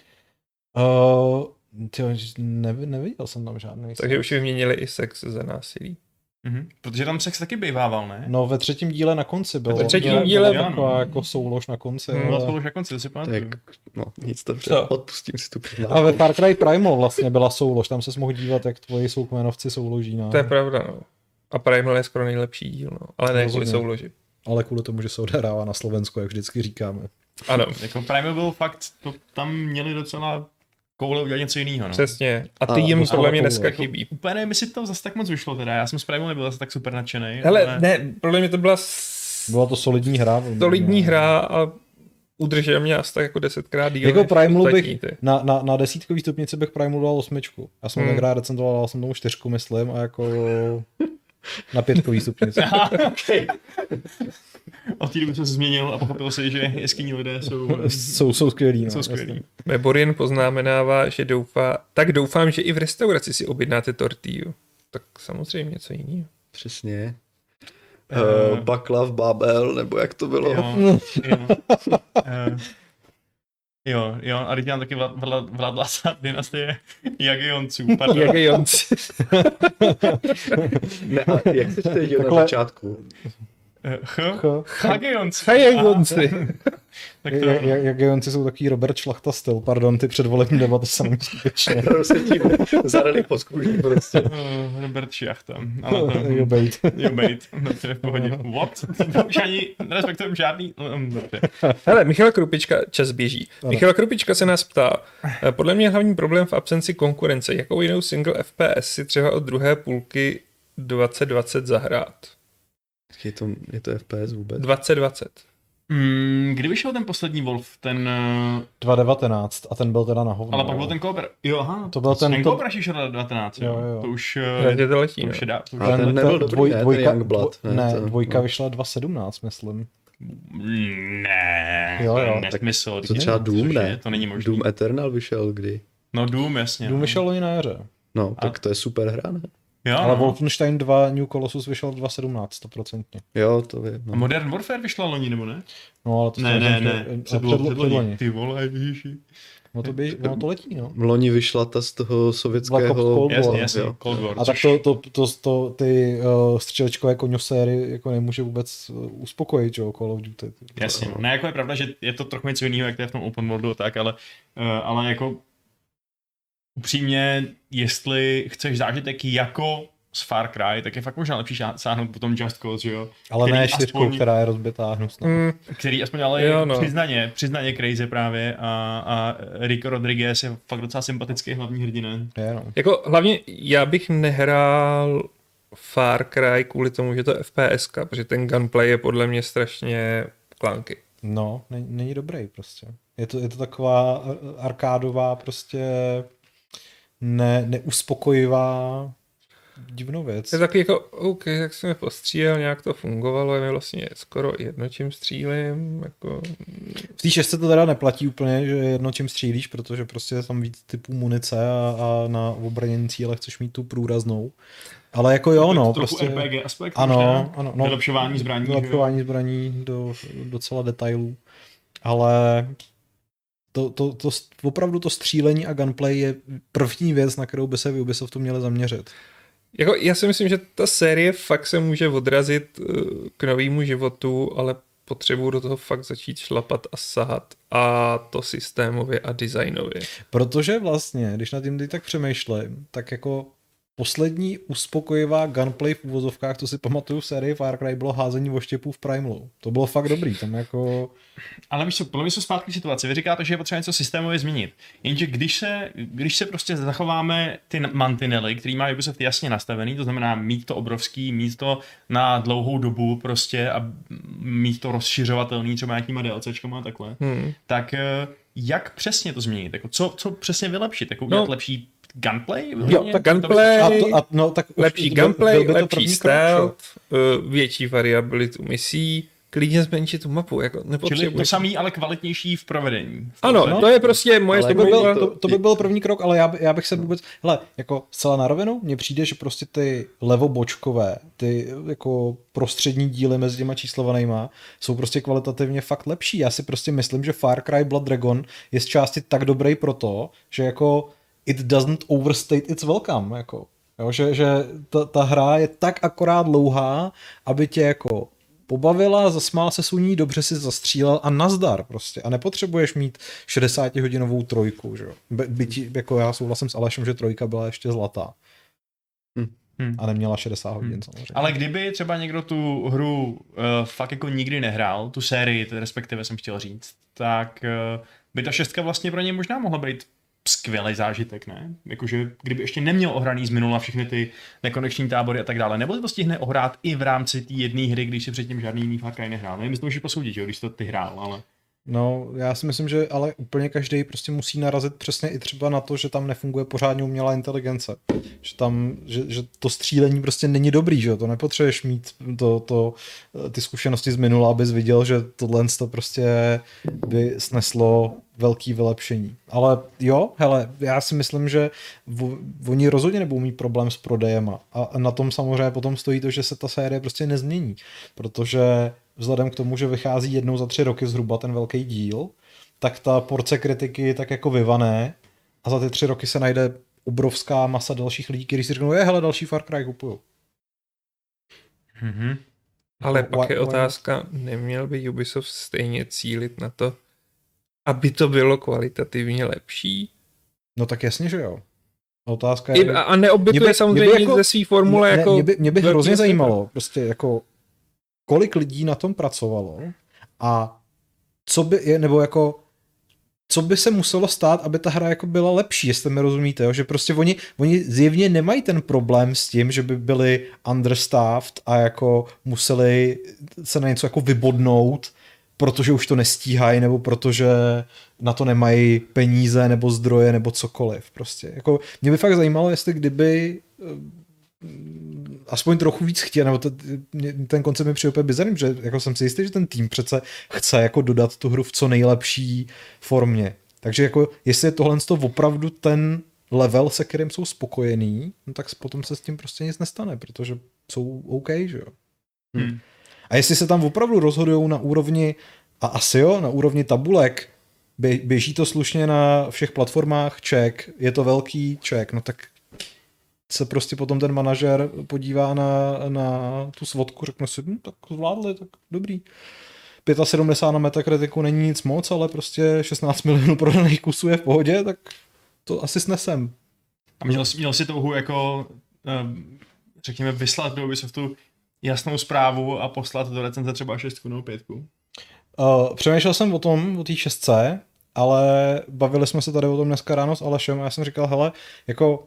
Uh, tyjo, nev, neviděl jsem tam žádný. Takže už vyměnili i sex za násilí. Mm-hmm. Protože tam sex taky bývával, ne? No, ve třetím díle na konci bylo. Ve třetím díle byla taková jako soulož na konci. Byla ale... soulož na konci, to si pamatuju. Tak, no, nic to před, odpustím si tu přihlášku. A ve Far Cry Primal vlastně byla soulož, tam se mohl dívat, jak tvoji soukmenovci souloží. No. To je pravda, no. A Primal je skoro nejlepší díl, no. Ale ne kvůli souloži. Ale kvůli tomu, že se odehrává na Slovensku, jak vždycky říkáme. Ano. Jako Primal byl fakt, to tam měli docela koule udělat něco jiného. No. Přesně. A ty a, jim podle mě dneska jako, chybí. Úplně nevím, jestli to zase tak moc vyšlo teda. Já jsem s Primal nebyl zase tak super nadšenej. Hele, ale... ne, podle mě to byla s... Byla to solidní hra. Solidní hra a udržel mě asi tak jako desetkrát díl. Jako Primalu bych, na, na, na desítkový stupnici bych Primalu dal osmičku. Já jsem hmm. tenkrát recenzoval, dal jsem tomu čtyřku, myslím, a jako na pětkový stupnici. Okay. A v té době jsem se změnil a pochopil si, že jeskyní lidé jsou... jsou, jsou skvělí. No, jsou skvělí. Borin poznamenává, že doufá, tak doufám, že i v restauraci si objednáte tortillu. Tak samozřejmě něco jiného. Přesně. Uh, Baklav Babel, nebo jak to bylo? Jo, jo. Uh, jo, jo, a teď mám taky vlad, vlad, vládla dynastie Jagiellonců, pardon. Jagiellonci. Ne, a jak se čte na začátku? Ch? Jagiellonci. Jagiellonci. Tak to... Jagiellonci jsou takový Robert Šlachta styl, pardon, ty předvolební debaty se mi skutečně. Se tím zadali pod skůží prostě. Uh, Robert Šlachta. Ale to... Jo, bejt. Jo, bejt. Dobře, v pohodě. What? Už ani nerespektujeme žádný... Dobře. Hele, Michal Krupička, čas běží. Ano. Michal Krupička se nás ptá, podle mě je hlavní problém v absenci konkurence. Jakou jinou single F P S si třeba od druhé půlky dvacet dvacet zahrát? Je to, je to F P S vůbec? dvacet dvacet. Mm, kdy vyšel ten poslední Wolf, ten... dva devatenáct a ten byl teda na hovno. Ale pak byl ten Cobra. Jo, aha. To byl ten... Ten To... Cobra šel na devatenáct, jo. Jo, jo. To už... Je to letí, to už je dá, to už A ten nebyl dobrý, ne? Ten Youngblood. Ne, Ne, ne to- dvojka no. vyšla dva sedmnáct, myslím. Ne, Jo, to je jo. nesmysl. To třeba Doom, Což je, ne? To není možné. Doom Eternal vyšel kdy? No Doom, jasně. Dům vyšel loni na jaře. No, A- tak to je super hra, ne? Jo, Ale no. Wolfenstein dva New Colossus vyšel v dva sedmnáct, stoprocentně. Jo, to je. A No. Modern Warfare vyšla loni, nebo ne? No, ale to Ne, ne, že- ne. a Předlo, předlo- předloni. předloni. Ty vole, ježiši. No to, běž, no to letí, no. V loni vyšla ta z toho Black Ops sovětského... Cold Jasně, War, jasně, jo. Cold War. A tak což- to, to, to, to ty uh, střelečkové koňoséry jako nemůže vůbec uh, uspokojit, že jo, Call of Duty. Jasně, no. Ne, jako je pravda, že je to trochu něco jiného, jak to je v tom open worldu a tak, ale, uh, ale jako upřímně, jestli chceš zážitek jako z Far Cry, tak je fakt možná lepší šá- sáhnout po tom Just Cause, že jo? Ale Který ne čtyřkou, aspoň- která je rozbitá hnusná. Mm, Který aspoň ale Jo, jo, no. no. přiznaně, přiznaně crazy právě a, a Rico Rodriguez je fakt docela sympatický hlavní hrdina. Je, no. jako hlavně já bych nehrál Far Cry kvůli tomu, že to je F P S ka, protože ten gunplay je podle mě strašně klanky. No, není, není dobrý prostě. Je to, je to taková ar- arkádová prostě ne, neuspokojivá divnou věc. Je taky jako, OK, tak jsem je postřílel, nějak to fungovalo, je mi vlastně skoro jedno, čím střílím, jako... V té šestce to teda neplatí úplně, že je jedno čím střílíš, protože prostě je tam víc typů munice a, a na obranění cíle chceš mít tu průraznou. Ale jako jo, no, trochu prostě... R P G aspekt, Ano, možná, ano, no, vylepšování zbraní. že jo? vylepšování zbraní do docela detailů. Ale to, to, to, opravdu to střílení a gunplay je první věc, na kterou by se v Ubisoftu měli zaměřit. Jako, já si myslím, že ta série fakt se může odrazit uh, k novému životu, ale potřebuju do toho fakt začít šlapat a sahat. A to systémově a designově. Protože vlastně, když nad tím teď tak přemýšlím, tak jako poslední uspokojivá gunplay v uvozovkách, co si pamatuju v sérii Far Cry, bylo házení voštěpů v Primalu. To bylo fakt dobrý, tam jako... Ale víš co, podle mě jsou zpátky situace. Vy říkáte, že je potřeba něco systémově změnit. Jenže když se, když se prostě zachováme ty mantinely, který má Ubisoft jasně nastavený, to znamená mít to obrovský, mít to na dlouhou dobu prostě a mít to rozšiřovatelný třeba nějakýma DLCčkama a takhle, Hmm. tak jak přesně to změnit? Jako co, co přesně vylepšit? Jako udělat No. lepší gunplay? Jo, tak gunplay, A to, a, no, tak už lepší byl- gunplay, byl by to lepší první krok, stealth, uh, větší variabilitu misí, klidně zmenšit tu mapu, jako Čili nepotřebuješ. to samý, ale kvalitnější v provedení. V Ano, provedení. to je prostě moje Ale To by, byl, smlouva. to, to by byl první krok, ale já, by- já bych se vůbec... Hele, jako zcela na rovinu, mně přijde, že prostě ty levobočkové, ty jako prostřední díly mezi těma číslovanýma jsou prostě kvalitativně fakt lepší. Já si prostě myslím, že Far Cry Blood Dragon je z části tak dobrý proto, že jako it doesn't overstate its welcome, jako. Jo, že, že ta, ta hra je tak akorát dlouhá, aby tě jako pobavila, zasmál se suní, dobře si zastřílel a nazdar prostě. A nepotřebuješ mít šedesátihodinovou trojku, že jo. By, byť, jako já souhlasím s Alešem, že trojka byla ještě zlatá. Hmm. A neměla šedesát hodin Hmm. samozřejmě. Ale kdyby třeba někdo tu hru uh, fakt jako nikdy nehrál, tu sérii, to respektive jsem chtěl říct, tak uh, by ta šestka vlastně pro něj možná mohla být skvělý zážitek, ne? Jakože kdyby ještě neměl ohraný z minula všechny ty nekoneční tábory a tak dále, nebo to stihne ohrát i v rámci té jedné hry, když si předtím žádný jiný Far Cry nehrál. Nevím, jestli to můžeš posoudit, jo, když to ty hrál, ale... No, já si myslím, že ale úplně každý prostě musí narazit přesně i třeba na to, že tam nefunguje pořádně umělá inteligence. Že tam, že, že to střílení prostě není dobrý, že to nepotřebuješ mít to, to, ty zkušenosti z minula, abys viděl, že tohle to prostě by sneslo velký vylepšení. Ale jo, hele, já si myslím, že v, oni rozhodně nebudou mít problém s prodejema. A na tom samozřejmě potom stojí to, že se ta série prostě nezmění. Protože vzhledem k tomu, že vychází jednou za tři roky zhruba ten velký díl, tak ta porce kritiky tak jako vyvané a za ty tři roky se najde obrovská masa dalších lidí, kteří si řeknou, je, hele, další Far Cry kupuju. Mm-hmm. Ale pak je otázka, neměl by Ubisoft stejně cílit na to, aby to bylo kvalitativně lepší? No tak jasně, že jo. Otázka je... I, a neobětuje by, samozřejmě jako, ze svý formule ne, jako... Mě by, mě by hrozně zajímalo, prostě jako kolik lidí na tom pracovalo a co by, nebo jako co by se muselo stát, aby ta hra jako byla lepší, jestli mi rozumíte, jo? Že prostě oni, oni zjevně nemají ten problém s tím, že by byli understaffed a jako museli se na něco jako vybodnout, protože už to nestíhají, nebo protože na to nemají peníze, nebo zdroje, nebo cokoliv. Prostě. Jako, mě by fakt zajímalo, jestli kdyby aspoň trochu víc chtěl, nebo to, ten koncept mi přijde úplně bizarní, že jako jsem si jistý, že ten tým přece chce jako dodat tu hru v co nejlepší formě. Takže jako, jestli je tohle opravdu ten level, se kterým jsou spokojení, no tak potom se s tím prostě nic nestane, protože jsou OK, že jo. Hmm. A jestli se tam opravdu rozhodujou na úrovni, a asi jo, na úrovni tabulek, běží to slušně na všech platformách, check, je to velký check, no tak se prostě potom ten manažer podívá na, na tu svodku, řekne si, hm, tak zvládli, tak dobrý. sedmdesát pět na Metacriticu není nic moc, ale prostě šestnáct milionů prodaných kusů je v pohodě, tak to asi snesem. A měl, měl si touhu jako, řekněme, vyslat do Ubisoftu jasnou zprávu a poslat do recenze třeba šestku nebo pětku? Uh, přemýšlel jsem o tom, o té šestce, ale bavili jsme se tady o tom dneska ráno s Alešem a já jsem říkal, hele, jako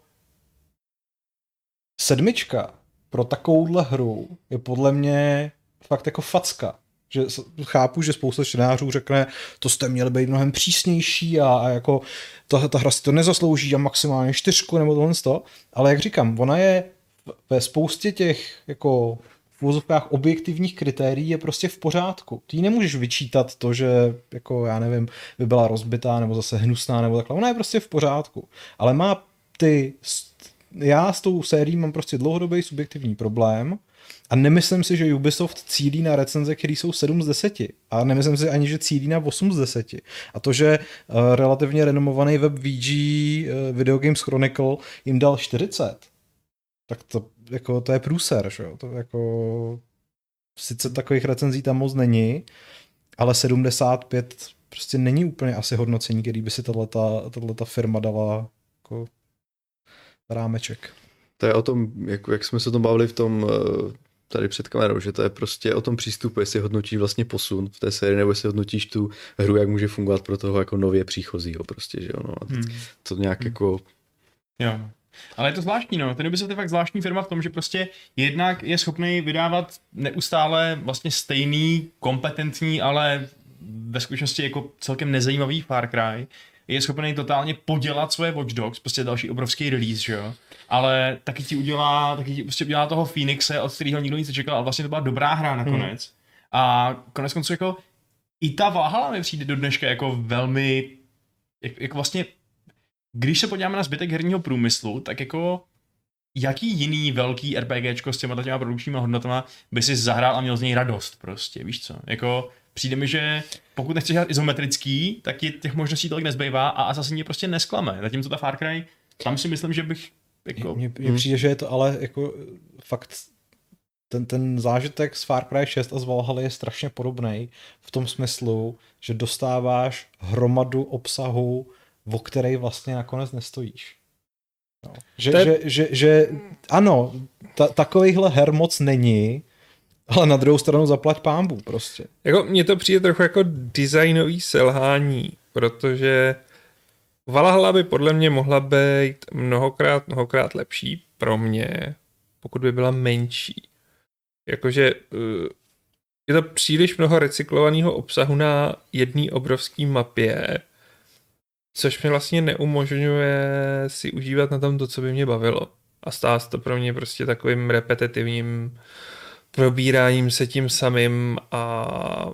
sedmička pro takovouhle hru je podle mě fakt jako facka. Že chápu, že spousta čtenářů řekne, to jste měli být mnohem přísnější a, a jako ta, ta hra si to nezaslouží a maximálně čtyřku nebo tohle to, ale jak říkám, ona je ve spoustě těch jako v úvozovkách objektivních kritérií je prostě v pořádku. Ty nemůžeš vyčítat to, že jako já nevím, by byla rozbitá nebo zase hnusná nebo takhle. Ona je prostě v pořádku. Ale má ty... Já s tou sérií mám prostě dlouhodobý subjektivní problém a nemyslím si, že Ubisoft cílí na recenze, které jsou sedm z deseti. A nemyslím si ani, že cílí na osm z deseti. A to, že uh, relativně renomovaný web V G uh, Video Games Chronicle jim dal čtyřicet, tak to, jako, to je průser, že jo? To jako... Sice takových recenzí tam moc není, ale sedmdesát pět prostě není úplně asi hodnocení, který by si tato firma dala jako rámeček. To je o tom, jak, jak jsme se to bavili v tom tady před kamerou, že to je prostě o tom přístupu, jestli hodnotíš vlastně posun v té sérii, nebo jestli hodnotíš tu hru, jak může fungovat pro toho jako nově příchozího prostě, že jo, no. A to, hmm. to nějak hmm. jako... Jo. Ale je to zvláštní, no. Ten Ubisoft je fakt zvláštní firma v tom, že prostě jednak je schopný vydávat neustále vlastně stejný, kompetentní, ale ve skutečnosti jako celkem nezajímavý Far Cry. Je schopný totálně podělat svoje Watch Dogs, prostě další obrovský release, že jo. Ale taky ti udělá, taky ti prostě udělá toho Phoenixe, od kterého nikdo nic nečekal, ale vlastně to byla dobrá hra nakonec. Hmm. A konec konců jako i ta Valhalla mi přijde do dneška jako velmi, jak, jako vlastně, když se podíváme na zbytek herního průmyslu, tak jako jaký jiný velký RPGčko s těma těma produkčníma hodnotama by si zahrál a měl z něj radost prostě, víš co, jako přijde mi, že pokud nechceš hrát izometrický, tak ti těch možností tolik nezbývá a Assassin je prostě nesklame. Zatímco ta Far Cry, tam si myslím, že bych jako... Mně hmm. přijde, že je to ale jako fakt ten, ten zážitek z Far Cry šest a z Valhalla je strašně podobný v tom smyslu, že dostáváš hromadu obsahu, o který vlastně nakonec nestojíš. No. Že, je... že, že, že ano, ta, takovejhle her moc není, ale na druhou stranu zaplať pánbů prostě. Jako, mně to přijde trochu jako designový selhání, protože Valhalla by podle mě mohla být mnohokrát, mnohokrát lepší pro mě, pokud by byla menší. Jakože je to příliš mnoho recyklovaného obsahu na jedné obrovské mapě, což mi vlastně neumožňuje si užívat na tom to, co by mě bavilo. A stává se to pro mě prostě takovým repetitivním probíráním se tím samým a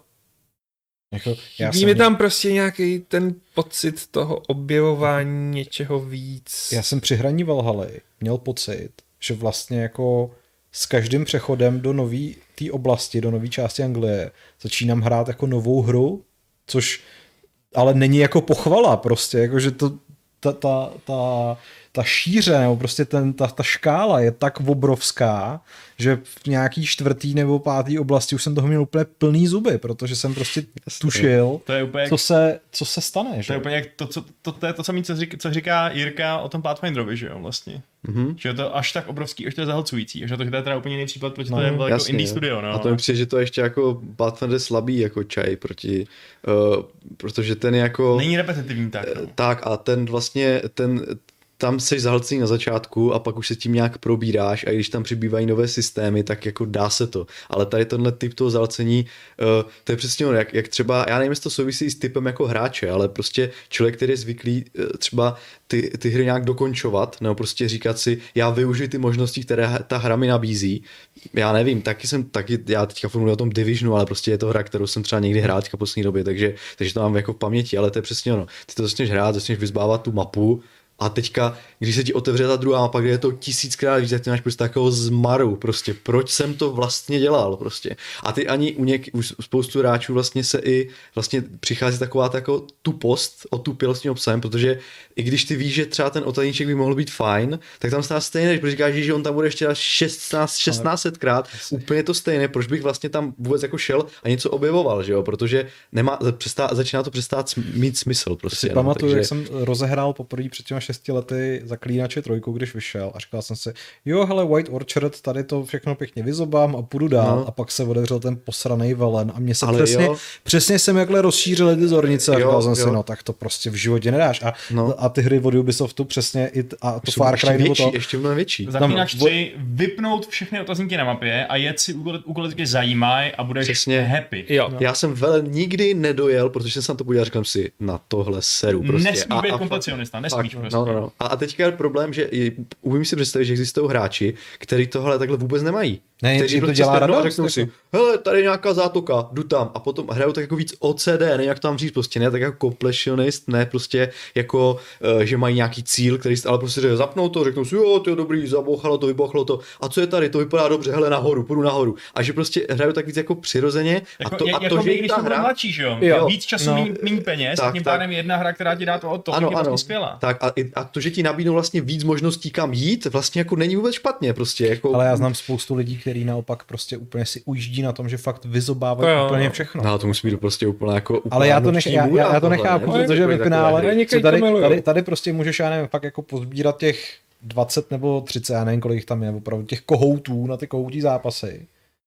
Jako, já chybí mi tam prostě nějaký ten pocit toho objevování něčeho víc. Já jsem při hraní Valhaly měl pocit, že vlastně jako s každým přechodem do nový té oblasti, do nové části Anglie, začínám hrát jako novou hru, což ale není jako pochvala prostě, jako že to ta, ta, ta, ta šíře, nebo prostě ten, ta, ta škála je tak obrovská, že v nějaký čtvrtý nebo pátý oblasti už jsem toho měl úplně plný zuby, protože jsem prostě tušil, to je úplně co, se, co se stane. To že? je úplně jak to, co, to, to je to samé, co, řík, co říká Jirka o tom Pathfinderovi, že jo, vlastně. Mm-hmm. Že je to až tak obrovský, až to je zahlcující, že to je teda úplně jiný případ, protože no, to je jako jasně, indie studio, no. A to mi přijde, že to je ještě jako Pathfinder slabý jako čaj proti, uh, protože ten jako... Není repetitivní tak. No. Tak a ten vlastně, ten tam jsi zahlcený na začátku a pak už se tím nějak probíráš a když tam přibývají nové systémy, tak jako dá se to. Ale tady tenhle typ toho zahlcení, uh, to je přesně ono, jak, jak třeba, já nevím, jestli to souvisí s typem jako hráče, ale prostě člověk, který je zvyklý uh, třeba ty, ty hry nějak dokončovat, nebo prostě říkat si, já využiju ty možnosti, které ta hra mi nabízí. Já nevím, taky jsem, taky, já teďka formuluji o tom Divisionu, ale prostě je to hra, kterou jsem třeba někdy hrál teďka v poslední době, takže, takže to mám jako v paměti, ale to je přesně ono. Ty to začneš hrát, začneš vyzbávat tu mapu, a teďka, když se ti otevře ta druhá mapa, kde je to tisíckrát víc, tak ty máš prostě takového zmaru, prostě, proč jsem to vlastně dělal, prostě. A ty ani u něk, u spoustu hráčů vlastně se i, vlastně přichází taková taková tupost, otupělost tím obsahem, protože i když ty víš, že třeba ten otazníček by mohl být fajn, tak tam stále stejné, protože říkáš, že on tam bude ještě šestnáct, šestnáctkrát, úplně to stejné, proč bych vlastně tam vůbec jako šel a něco objevoval, že jo, protože nemá, přestá, začíná to přestát mít smysl, prostě. Si no, pamatuju, takže... jak jsem rozehrál poprvé před těma šesti lety Zaklínače trojku, když vyšel a říkal jsem si, jo, hele, White Orchard, tady to všechno pěkně vyzobám a půjdu dál no. A pak se otevřel ten posranej Velen a mě se přesně, přesně jsem jakhle rozšířily ty zornice a jo, říkal jsem jo. si, no tak to prostě v životě nedáš a, no. a ty hry od Ubisoftu přesně i t, a to Far Cry nebo to. Ještě mnohem větší. Zaklínač tři, vypnout všechny otazníky na mapě a jet si úkoly, které zajímají a budeš přesně. Happy. Jo. No. Já jsem Velen nikdy nedojel, protože jsem se na to podíval a říkám si, na tohle seru prostě. Nesmí být komplexionista, nesmíš prostě. No, no, no. A, a teďka je problém, že umím si představit, že existují hráči, kteří tohle takhle vůbec nemají. Ne, kteří to prostě dělá radost, a řeknou jako... si, hele, tady je nějaká zátoka, jdu tam a potom hrajou tak jako víc O C D, ne jak tam říct, prostě ne tak jako completionist, ne prostě jako, uh, že mají nějaký cíl, který, ale prostě že zapnou to, řeknou si, jo, to je dobrý, zabouchalo to, vybochlo to, a co je tady, to vypadá dobře, hele, nahoru, půjdu nahoru. A že prostě hrajou tak víc jako přirozeně jako, a to, je, a to jako že když ta hra... mladší, že jo? jo, víc času, no, méně peněz, tak, tím tak. pádem jedna hra, která ti dá to od toho, ano, je vlastně skvělá. Tak a, a to, že ti nabídnou vlastně víc možností kam jít, vlastně jako není vůbec špatně, prostě jako... Ale já znám spoustu lidí, kteří naopak prostě úplně si ujíždí na tom, že fakt vyzobávají no, úplně všechno. No, to musí být prostě úplně jako ale já to, nech, já, já, já to nechápu, ne? Protože ve finále tady, tady, tady prostě můžeš, já nevím, fakt jako pozbírat těch dvacet nebo třicet, já nevím, kolik tam je, opravdu těch kohoutů na ty kohoutí zápasy.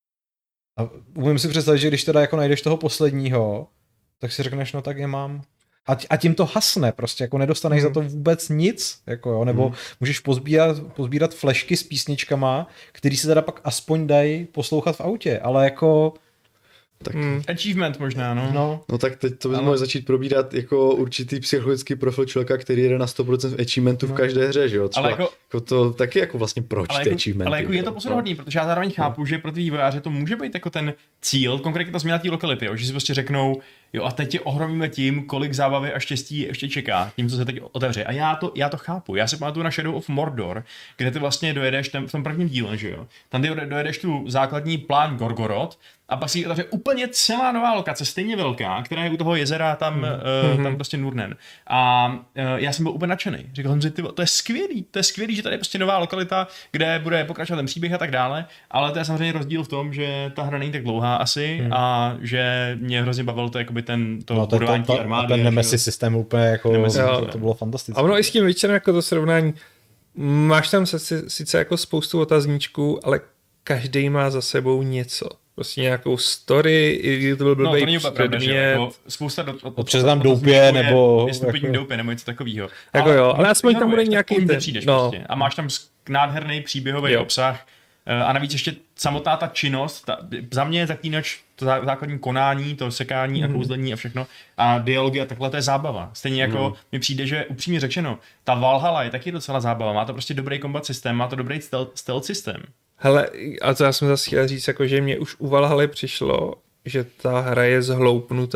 A umím si představit, že když teda jako najdeš toho posledního, tak si řekneš, no tak je mám. A, a tím to hasne, prostě jako nedostaneš hmm. za to vůbec nic, jako jo, nebo hmm. můžeš pozbírat, pozbírat flešky s písničkama, který se teda pak aspoň dají poslouchat v autě, ale jako... Tak... Hmm. Achievement možná, no. No, no tak teď to bychom mohli začít probírat jako určitý psychologický profil člověka, který jede na sto procent achievementu no. v každé hře, že jo? Třeba, ale jako... jako to taky jako vlastně proč ale ty jako, achievementy. Ale jako je to pozoruhodný, protože já zároveň chápu, no. že pro ty vývojáře to může být jako ten cíl, konkrétně ta změna té lokality, jo? Že si prostě řeknou, jo a teď tě ohromíme tím, kolik zábavy a štěstí ještě čeká, tím, co se teď otevře. A já to, já to chápu. Já si pamatuju na Shadow of Mordor, kde ty vlastně dojedeš ten, v tom prvním díle, že jo? Tam ty dojedeš tu základní plán Gorgoroth, a pak si otevře úplně celá nová lokace, stejně velká, která je u toho jezera tam, mm-hmm. uh, tam prostě Nurnen. A uh, já jsem byl úplně nadšený. Říkal jsem si, ty, to je skvělý, to je skvělý, že tady je prostě nová lokalita, kde bude pokračovat ten příběh a tak dále, ale to je samozřejmě rozdíl v tom, že ta hra není tak dlouhá asi mm. a že mě hrozně bavilo to jakoby ten to no, budování té armády. Ten Nemesis systém úplně jako, Nemesis, to, to bylo fantastické. A ono i s tím Witcherem jako to srovnání, máš tam sice jako spoustu otazníčků, ale každý má za sebou něco. Prostě nějakou story, i to byl blbej no, to není úplně pravda, že jo. Spousta do, od, občas tam doupě, nebo... Je stupidní jako... doupě, nebo něco takového. Jako jo, ale aspoň tam bude nějaký ten... No. Prostě. A máš tam nádherný příběhový jo. obsah A navíc ještě samotná ta činnost, ta, za mě je zaklínač to základní konání, to sekání mm. a kouzlení a všechno a dialogy a takhle to je zábava. Stejně jako mm. mi přijde, že upřímně řečeno, ta Valhalla je taky docela zábava, má to prostě dobrý combat systém, má to dobrý stealth, stealth systém. Hele, a to já jsem zase chtěl říct, jako, že mě už u Valhaly přišlo, že ta hra je zhloupnutá.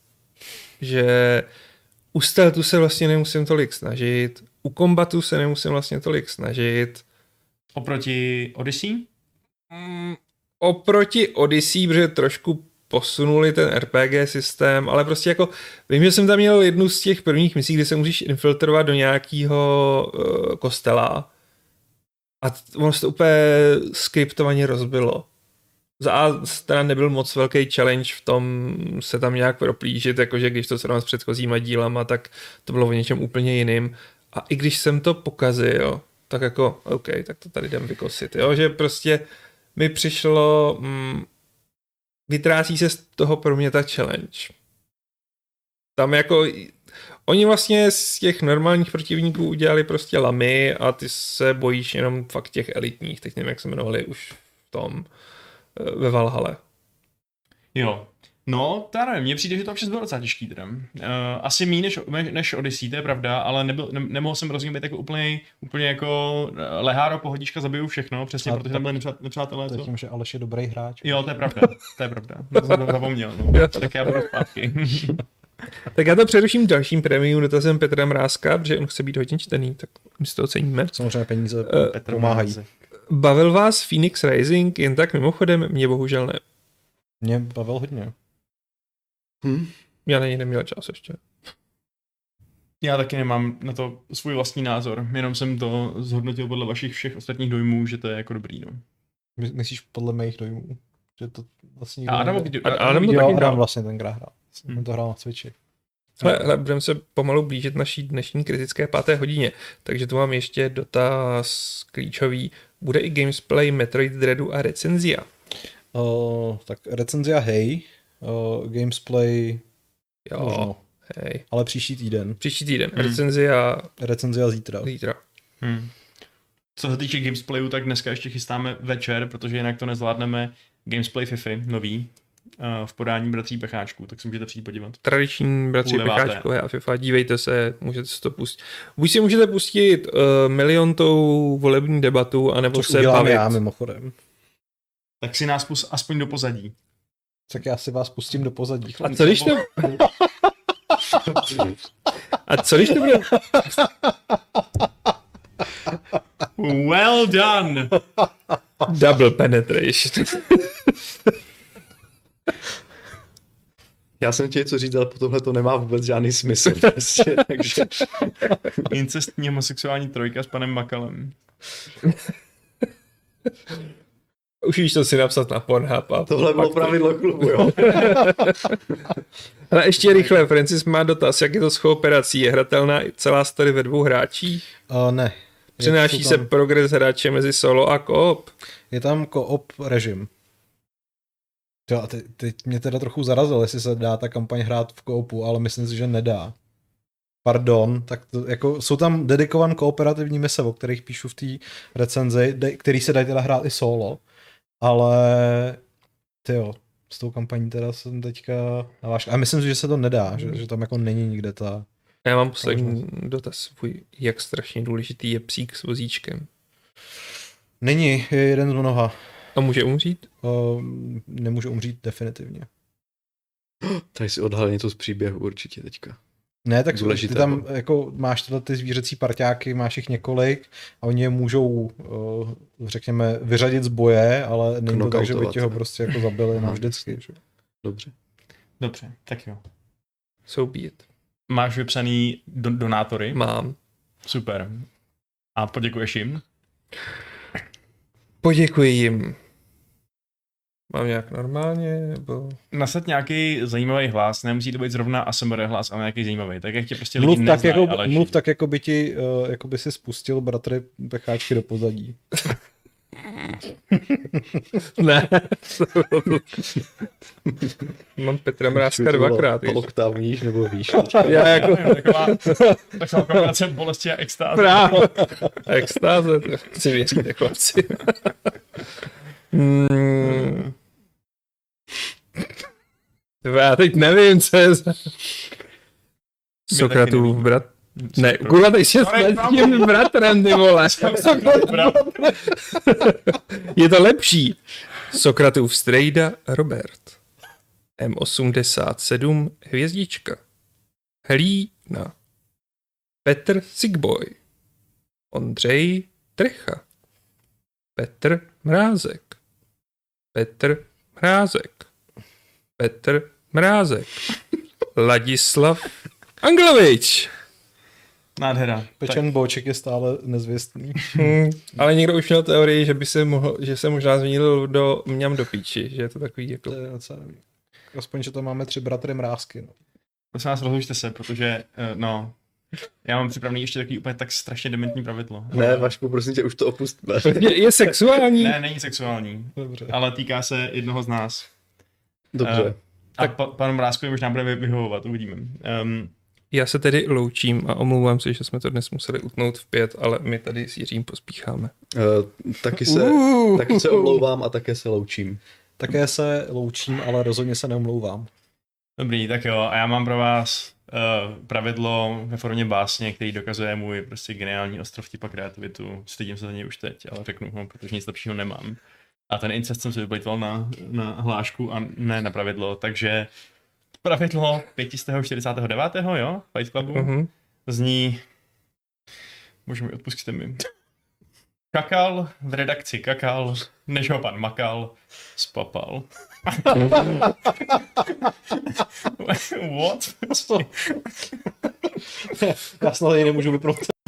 Že u stealthu se vlastně nemusím tolik snažit, u kombatu se nemusím vlastně tolik snažit. Oproti Odyssey? Mm, oproti Odyssey, protože trošku posunuli ten R P G systém, ale prostě jako, vím, že jsem tam měl jednu z těch prvních misí, kdy se musíš infiltrovat do nějakého uh, kostela a ono se to úplně skriptovaně rozbilo. Za A teda nebyl moc velký challenge v tom se tam nějak proplížit, jakože když to srovnám s předchozíma dílama, tak to bylo o něčem úplně jiným. A i když jsem to pokazil, tak jako, OK, tak to tady jdem vykosit, jo, že prostě mi přišlo, mm, vytrácí se z toho pro mě ta challenge. Tam jako, oni vlastně z těch normálních protivníků udělali prostě lamy a ty se bojíš jenom fakt těch elitních, teď nevím, jak se jmenovali už v tom, ve Valhalle. Jo. No, to nevím, mně přijde, že to občas bylo docela těžký teda. Uh, asi méně než, než Odyssey, to je pravda, ale nebyl, ne, nemohl jsem rozhodně být jako úplně, úplně jako leháro, pohodička, zabiju všechno, přesně, a protože tam byly nepřát, nepřátelé. To je tím, že Aleš je dobrý hráč. Jo, to je pravda, to je pravda. To jsem to zapomněl, no. Tak já budu zpátky. Tak já to přeruším dalším premium dotazem Petra Mrázka, protože on chce být hodně čtený, tak my si to oceníme. Samozřejmě peníze uh, pomáhají. Bavil vás Phoenix Rising jen tak mimochodem? Mě bohužel ne. Mě bavil hodně. Hmm. Já na něj neměl čas ještě. Já taky nemám na to svůj vlastní názor, jenom jsem to zhodnotil podle vašich všech ostatních dojmů, že to je jako dobrý, no. My, myslíš podle mých dojmů? Že to vlastně... A Adam viděl, Adam to taky hrál. vlastně ten hra hrál. Jsem hmm. to hrál na Switchi. Hele, hele, budeme se pomalu blížit naší dnešní kritické páté hodině, takže tu mám ještě dotaz klíčový. Bude i gamesplay Metroid Dreadu a recenzia? Uh, tak recenzia hej, uh, gamesplay jo, možno. Hej. Ale příští týden. Příští týden, hmm. recenzia... Recenzia zítra. Zítra. Hmm. Co se týče gamesplayu, tak dneska ještě chystáme večer, protože jinak to nezvládneme. Gamesplay FIFA, nový, uh, v podání bratří Pecháčků, tak se můžete přijít podívat. Tradiční bratři Pecháčkové a FIFA, dívejte se, můžete si to pustit. Buď si můžete pustit uh, miliontou volební debatu, anebo Což se bavit. já mimochodem. Tak si nás pust aspoň do pozadí. Tak já si vás pustím do pozadí. A co když to... A co když to bude... Well done! Double penetration. Já jsem chtěl něco říct, ale po tomhle to nemá vůbec žádný smysl. Prostě, takže... Incestní homosexuální trojka s panem Makalem. Už víš, co si napsat na Pornhub. A tohle bylo pravidlo klubu, jo. Ale ještě rychle, Francis má dotaz, jak je to s kooperací? Je hratelná celá story ve dvou hráčích? Uh, ne. Přináší se progres hráče mezi solo a koop? Je tam koop režim. Jo, teď, teď mě teda trochu zarazil, jestli se dá ta kampaň hrát v koopu, ale myslím si, že nedá. Pardon, tak to, jako, jsou tam dedikované kooperativní mise, o kterých píšu v té recenzi, de, který se dají teda hrát i solo, ale tyjo, s tou kampaní teda jsem teďka navážka. A myslím si, že se to nedá, že, že tam jako není nikde ta... Já mám poslední dotaz svůj, jak strašně důležitý je psík s vozíčkem. Není, je jeden z mnoha. A může umřít? Uh, nemůže umřít definitivně. Tady si odhalil něco z příběhu určitě teďka. Ne, tak ty tam jako máš tyhle ty zvířecí parťáky, máš jich několik a oni je můžou, uh, řekněme, vyřadit z boje, ale není to tak, že by tě ho prostě jako zabili navždycky. Dobře. Dobře, tak jo. So be it. Máš vypsaný do- donátory? Mám. Super. A poděkuješ jim? Poděkuji jim. Mám nějak normálně, nebo... Nasaď nějaký zajímavý hlas, nemusí to být zrovna A S M R hlas, ale nějaký zajímavý, tak jak tě prostě mluv lidi tak neznají, jako, ale... Mluv tak, jako by ti, uh, jako by si spustil bratry Pecháčky do pozadí. Ne. Mám Petra Mrázka dvakrát. To oktáv níž nebo výš. Já jako... Taková, taková kombinace bolesti a extáze. Právě. Extáze, to chci věřit, chlapci. Hmm. Já teď nevím, co je za... Sokratův brat... Ne, kurva, teď se s tím bratrem, ty vole. Je to lepší. Sokratův strejda Robert. M osmdesát sedm hvězdička. Hlína. Petr Sigboy. Ondřej Trecha. Petr Mrázek. Petr Mrázek. Petr Mrázek. Ladislav Anglovič. Nádhera. Pečen Boček je stále nezvěstný. Hmm, ale někdo už měl teorii, že by se mohl, že se možná změnil do mňam do píči, že je to takový jako... To je docela... Aspoň, že to máme tři bratry Mrázky. No. Prosím vás, rozlučte se, protože, no, já mám připravený ještě takový úplně tak strašně dementní pravidlo. Ne, Vašku, prosím tě, už to opustme. Je, je sexuální? Ne, není sexuální, Dobře. ale týká se jednoho z nás. Dobře. Uh, a pa, panu Mrázkovi možná bude vyhovovat, uvidíme. Um, Já se tedy loučím a omlouvám se, že jsme to dnes museli utnout v pět, ale my tady s Jiřím pospícháme. Uh, taky, se, Uh, taky se omlouvám a také se loučím. Také se loučím, ale rozhodně se neomlouvám. Dobrý, tak jo, a já mám pro vás uh, pravidlo ve formě básně, který dokazuje můj prostě geniální ostrov tipa kreativitu. Stydím se za něj už teď, ale řeknu ho, protože nic lepšího nemám. A ten incest jsem si vyplejtval na, na hlášku a ne na pravidlo, takže pravidlo pět set čtyřicet devět, jo, Fight Clubu, uh-huh. zní, bože mi, odpustíte mi. Kakal v redakci kakal, než ho pan makal, spapal. What? Já snad ji nemůžu vypnout.